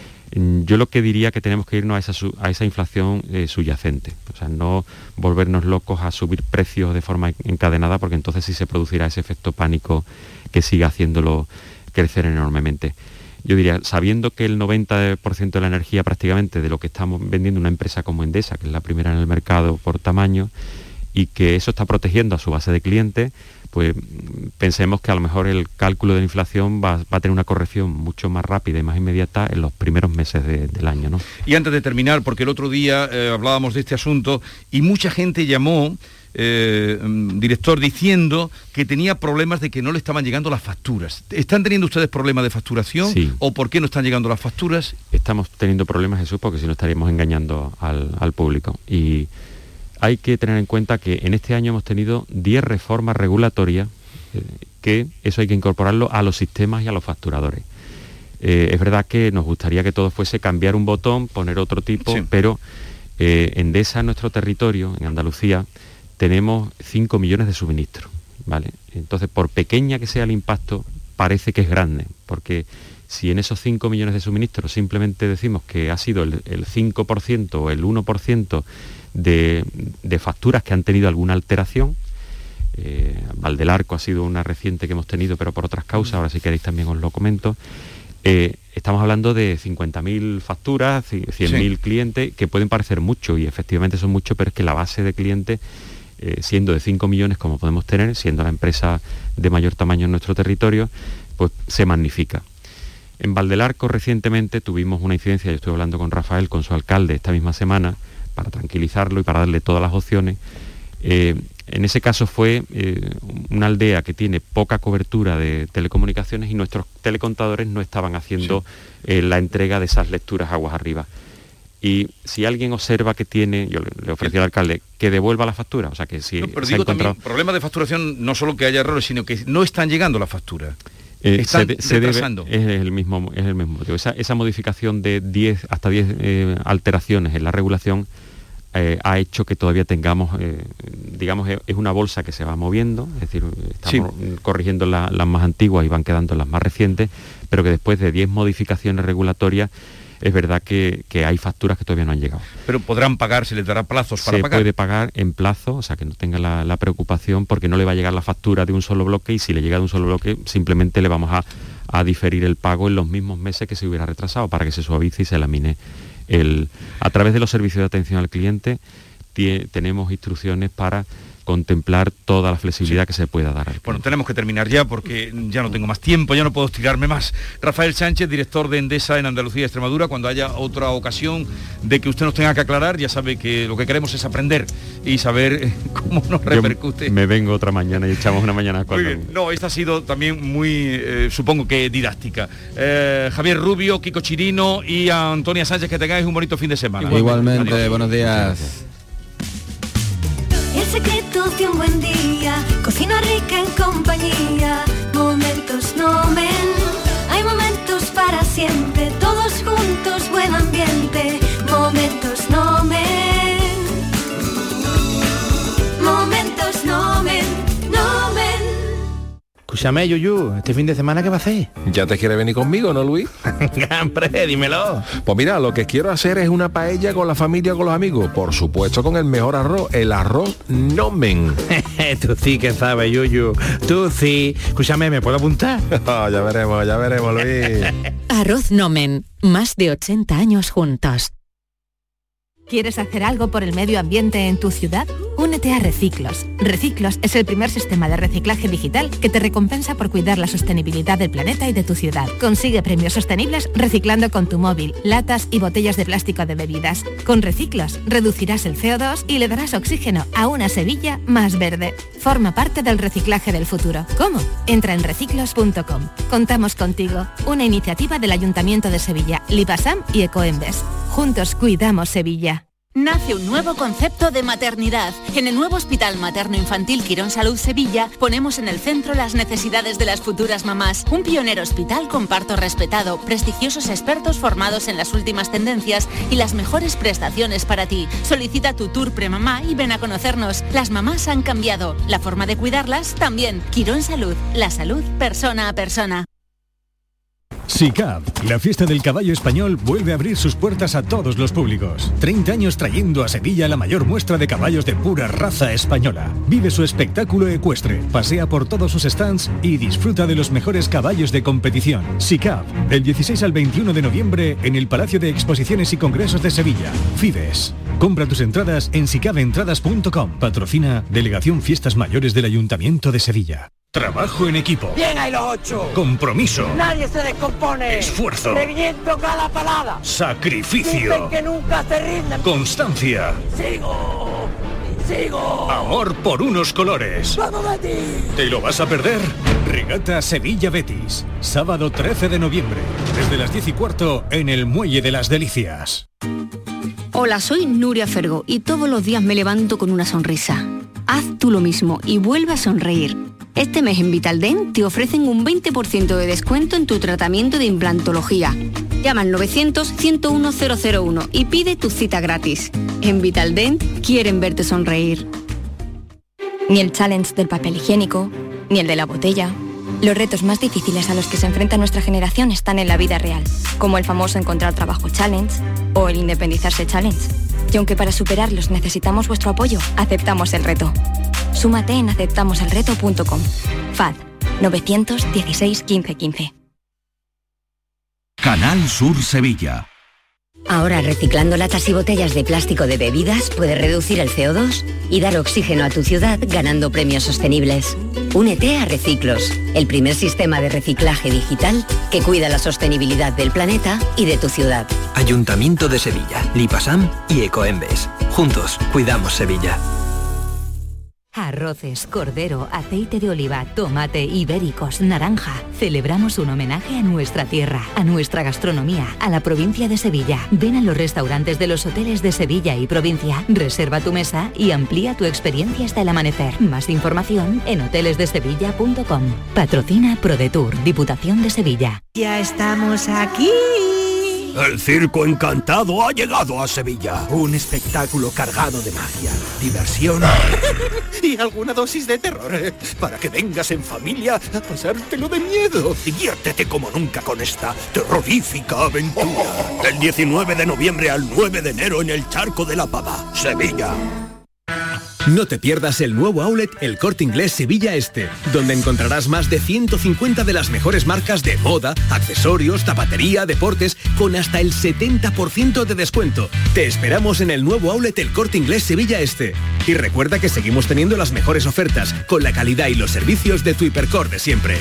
Yo lo que diría que tenemos que irnos a esa, a esa inflación eh, subyacente, o sea, no volvernos locos a subir precios de forma encadenada, porque entonces sí se producirá ese efecto pánico que siga haciéndolo crecer enormemente. Yo diría, sabiendo que el noventa por ciento de la energía prácticamente de lo que estamos vendiendo una empresa como Endesa, que es la primera en el mercado por tamaño, y que eso está protegiendo a su base de clientes, pues pensemos que a lo mejor el cálculo de la inflación va, va a tener una corrección mucho más rápida y más inmediata en los primeros meses de, del año, ¿no? Y antes de terminar, porque el otro día eh, hablábamos de este asunto y mucha gente llamó, eh, director, diciendo que tenía problemas de que no le estaban llegando las facturas. ¿Están teniendo ustedes problemas de facturación? Sí. ¿O por qué no están llegando las facturas? Estamos teniendo problemas, Jesús, porque si no estaríamos engañando al, al público. Y hay que tener en cuenta que en este año hemos tenido diez reformas regulatorias, eh, que eso hay que incorporarlo a los sistemas y a los facturadores. Eh, es verdad que nos gustaría que todo fuese cambiar un botón, poner otro tipo, sí. pero eh, Endesa, en nuestro territorio, en Andalucía, tenemos cinco millones de suministros, ¿vale? Entonces, por pequeña que sea el impacto, parece que es grande, porque si en esos cinco millones de suministros simplemente decimos que ha sido el, el cinco por ciento o el uno por ciento de, de facturas que han tenido alguna alteración, eh, Valdelarco ha sido una reciente que hemos tenido, pero por otras causas, ahora si queréis también os lo comento, eh, estamos hablando de cincuenta mil facturas, cien mil sí. clientes, que pueden parecer mucho, y efectivamente son muchos, pero es que la base de clientes, eh, siendo de cinco millones como podemos tener, siendo la empresa de mayor tamaño en nuestro territorio, pues se magnifica. En Valdelarco recientemente tuvimos una incidencia, yo estuve hablando con Rafael, con su alcalde, esta misma semana, para tranquilizarlo y para darle todas las opciones. Eh, en ese caso fue eh, una aldea que tiene poca cobertura de telecomunicaciones y nuestros telecontadores no estaban haciendo sí. eh, la entrega de esas lecturas aguas arriba. Y si alguien observa que tiene, yo le, le ofrecí al alcalde que devuelva la factura, o sea que si no, pero se digo ha encontrado... también, problema de facturación, no solo que haya errores, sino que no están llegando las facturas. Eh, Están se, se debe, es el mismo es el mismo motivo. Esa, esa modificación de diez hasta diez eh, alteraciones en la regulación eh, ha hecho que todavía tengamos, eh, digamos, es una bolsa que se va moviendo, es decir, estamos sí. corrigiendo la, las más antiguas y van quedando las más recientes, pero que después de diez modificaciones regulatorias es verdad que, que hay facturas que todavía no han llegado. Pero podrán pagar, se les dará plazos para se pagar. Se puede pagar en plazo, o sea que no tenga la, la preocupación, porque no le va a llegar la factura de un solo bloque, y si le llega de un solo bloque simplemente le vamos a, a diferir el pago en los mismos meses que se hubiera retrasado, para que se suavice y se elimine el... A través de los servicios de atención al cliente tie, tenemos instrucciones para contemplar toda la flexibilidad sí. que se pueda dar. Bueno, tenemos que terminar ya porque ya no tengo más tiempo, ya no puedo estirarme más. Rafael Sánchez, director de Endesa en Andalucía y Extremadura, cuando haya otra ocasión de que usted nos tenga que aclarar, ya sabe que lo que queremos es aprender y saber cómo nos repercute. Yo me vengo otra mañana y echamos una mañana cuando... Muy bien. No, esta ha sido también muy, eh, supongo que didáctica. Eh, Javier Rubio, Kiko Chirino y Antonia Sánchez, que tengáis un bonito fin de semana. Igualmente, Igualmente buenos días. El secreto de un buen día, cocina rica en compañía, momentos nomen, hay momentos para siempre, todos juntos, buen ambiente, momentos nomen, momentos nomen, nomen. Escúchame, Yuyu, ¿este fin de semana qué va a hacer? ¿Ya te quieres venir conmigo, no, Luis? Hombre, dímelo. Pues mira, lo que quiero hacer es una paella con la familia o con los amigos. Por supuesto, con el mejor arroz, el arroz Nomen. Tú sí que sabes, Yuyu. Tú sí. Escúchame, ¿me puedo apuntar? Oh, ya veremos, ya veremos, Luis. Arroz Nomen. Más de ochenta años juntos. ¿Quieres hacer algo por el medio ambiente en tu ciudad? Únete a Reciclos. Reciclos es el primer sistema de reciclaje digital que te recompensa por cuidar la sostenibilidad del planeta y de tu ciudad. Consigue premios sostenibles reciclando con tu móvil, latas y botellas de plástico de bebidas. Con Reciclos reducirás el C O dos y le darás oxígeno a una Sevilla más verde. Forma parte del reciclaje del futuro. ¿Cómo? Entra en reciclos punto com. Contamos contigo. Una iniciativa del Ayuntamiento de Sevilla, Lipasam y Ecoembes. Juntos cuidamos Sevilla. Nace un nuevo concepto de maternidad. En el nuevo Hospital Materno Infantil Quirón Salud Sevilla ponemos en el centro las necesidades de las futuras mamás. Un pionero hospital con parto respetado, prestigiosos expertos formados en las últimas tendencias y las mejores prestaciones para ti. Solicita tu tour premamá y ven a conocernos. Las mamás han cambiado, la forma de cuidarlas también. Quirón Salud, la salud persona a persona. SICAV, la fiesta del caballo español, vuelve a abrir sus puertas a todos los públicos. treinta años trayendo a Sevilla la mayor muestra de caballos de pura raza española. Vive su espectáculo ecuestre, pasea por todos sus stands y disfruta de los mejores caballos de competición. SICAV, del dieciséis al veintiuno de noviembre en el Palacio de Exposiciones y Congresos de Sevilla. Fides. Compra tus entradas en sicav entradas punto com. Patrocina Delegación Fiestas Mayores del Ayuntamiento de Sevilla. Trabajo en equipo. Bien hay los ocho. Compromiso. Nadie se descompone. Esfuerzo. Reviento cada palada. Sacrificio. Dicen que nunca se rinden. Constancia. Sigo. Sigo. Amor por unos colores. ¡Vamos, Betis! ¿Te lo vas a perder? Regata Sevilla Betis. Sábado trece de noviembre. Desde las diez y cuarto en el Muelle de las Delicias. Hola, soy Nuria Fergo y todos los días me levanto con una sonrisa. Haz tú lo mismo y vuelve a sonreír. Este mes en Vitaldent te ofrecen un veinte por ciento de descuento en tu tratamiento de implantología. Llama al novecientos, ciento uno, cero cero uno y pide tu cita gratis. En Vitaldent quieren verte sonreír. Ni el challenge del papel higiénico, ni el de la botella. Los retos más difíciles a los que se enfrenta nuestra generación están en la vida real, como el famoso encontrar trabajo challenge o el independizarse challenge. Y aunque para superarlos necesitamos vuestro apoyo, aceptamos el reto. Súmate en aceptamos el reto punto com. F A D novecientos dieciséis quince quince. Canal Sur Sevilla. Ahora, reciclando latas y botellas de plástico de bebidas, puedes reducir el C O dos y dar oxígeno a tu ciudad ganando premios sostenibles. Únete a Reciclos, el primer sistema de reciclaje digital que cuida la sostenibilidad del planeta y de tu ciudad. Ayuntamiento de Sevilla, Lipasam y Ecoembes. Juntos, cuidamos Sevilla. Arroces, cordero, aceite de oliva, tomate, ibéricos, naranja. Celebramos un homenaje a nuestra tierra, a nuestra gastronomía, a la provincia de Sevilla. Ven a los restaurantes de los hoteles de Sevilla y provincia, reserva tu mesa y amplía tu experiencia hasta el amanecer. Más información en hoteles de sevilla punto com. Patrocina ProDetour, Diputación de Sevilla. Ya estamos aquí. El Circo Encantado ha llegado a Sevilla. Un espectáculo cargado de magia, diversión y alguna dosis de terror. para que vengas en familia a pasártelo de miedo. Diviértete como nunca con esta terrorífica aventura. Del diecinueve de noviembre al nueve de enero en el Charco de la Pava, Sevilla. No te pierdas el nuevo outlet El Corte Inglés Sevilla Este, donde encontrarás más de ciento cincuenta de las mejores marcas de moda, accesorios, zapatería, deportes, con hasta el setenta por ciento de descuento. Te esperamos en el nuevo outlet El Corte Inglés Sevilla Este. Y recuerda que seguimos teniendo las mejores ofertas, con la calidad y los servicios de tu Hipercor de siempre.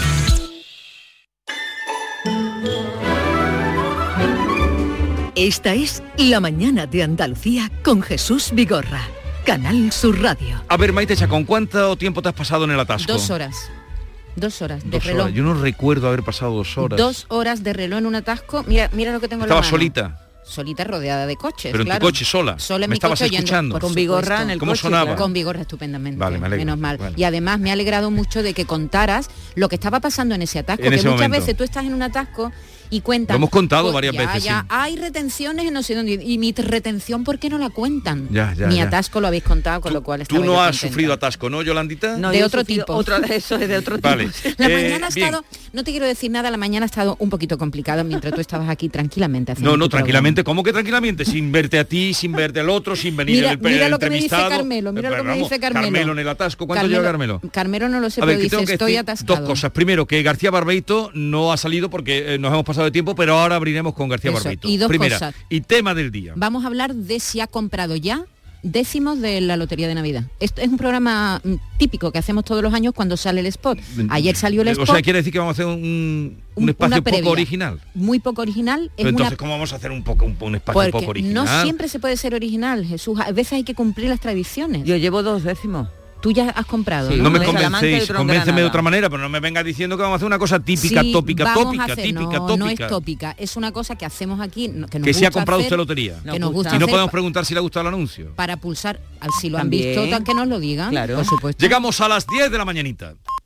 Esta es La Mañana de Andalucía con Jesús Vigorra. Canal Sur Radio. A ver, Maite Chacón, ¿cuánto tiempo te has pasado en el atasco? Dos horas. Dos horas de dos reloj. Horas. Yo no recuerdo haber pasado dos horas. Dos horas de reloj en un atasco. Mira, mira lo que tengo en la mano. ¿Estabas solita? Solita, rodeada de coches. Pero en claro. tu coche sola. Sola en ¿Me mi estabas coche escuchando? Oyendo, con Vigorra en el ¿Cómo coche. sonaba? Claro. Con Vigorra estupendamente. Vale, me alegro. Menos mal. Vale. Y además me ha alegrado mucho de que contaras lo que estaba pasando en ese atasco. En que ese muchas momento. veces tú estás en un atasco y cuentan. Lo hemos contado pues, varias ya, veces. Ya, sí. hay retenciones en no sé dónde. Y mi retención, ¿por qué no la cuentan? Ya, ya, Mi ya. atasco lo habéis contado, con lo cual Tú estaba no yo has contenta. sufrido atasco, ¿no, Yolandita? No, de otro tipo. Otra de eso es de otro tipo. Vale. La Eh, mañana ha bien. estado, no te quiero decir nada, la mañana ha estado un poquito complicada mientras tú estabas aquí tranquilamente haciendo No, no, tu programa. tranquilamente. ¿Cómo que tranquilamente? Sin verte a ti, sin verte al otro, sin venir Mira, el, el mira lo que me dice entrevistado. Carmelo, mira Eh, lo que me vamos, dice Carmelo. Carmelo en el atasco. ¿Cuánto Carmelo, lleva Carmelo? Carmelo no lo sé, A pero ver, que dice, tengo que estoy decir atascado. dos cosas. Primero, que García Barbeito no ha salido porque eh, nos hemos pasado de tiempo, pero ahora abriremos con García Eso, Barbeito. y dos Primera. cosas. Y tema del día. Vamos a hablar de si ha comprado ya décimos de la Lotería de Navidad. Esto es un programa mm, típico que hacemos todos los años cuando sale el spot. Ayer salió el spot. O sea, quiere decir que vamos a hacer un, un un- espacio una previa. poco original. Muy poco original. Es Pero entonces, una... ¿cómo vamos a hacer un poco un, un espacio Porque poco original? no siempre se puede ser original, Jesús. A veces hay que cumplir las tradiciones. Yo llevo dos décimos. Tú ya has comprado. Sí, ¿no? No me uno en Salamanca y convencéis, otro en convénceme de Granada. otra manera, pero no me venga diciendo que vamos a hacer una cosa típica, Sí, tópica, vamos a tópica, hacer, típica, no, tópica. No es tópica, es una cosa que hacemos aquí, no- que nos Que si ha gusta comprado hacer, usted lotería. que nos gusta Y no hacer podemos preguntar si le ha gustado el anuncio. para pulsar, al si lo han También. visto, tan que nos lo digan, Claro. por supuesto. Llegamos a las diez de la mañanita.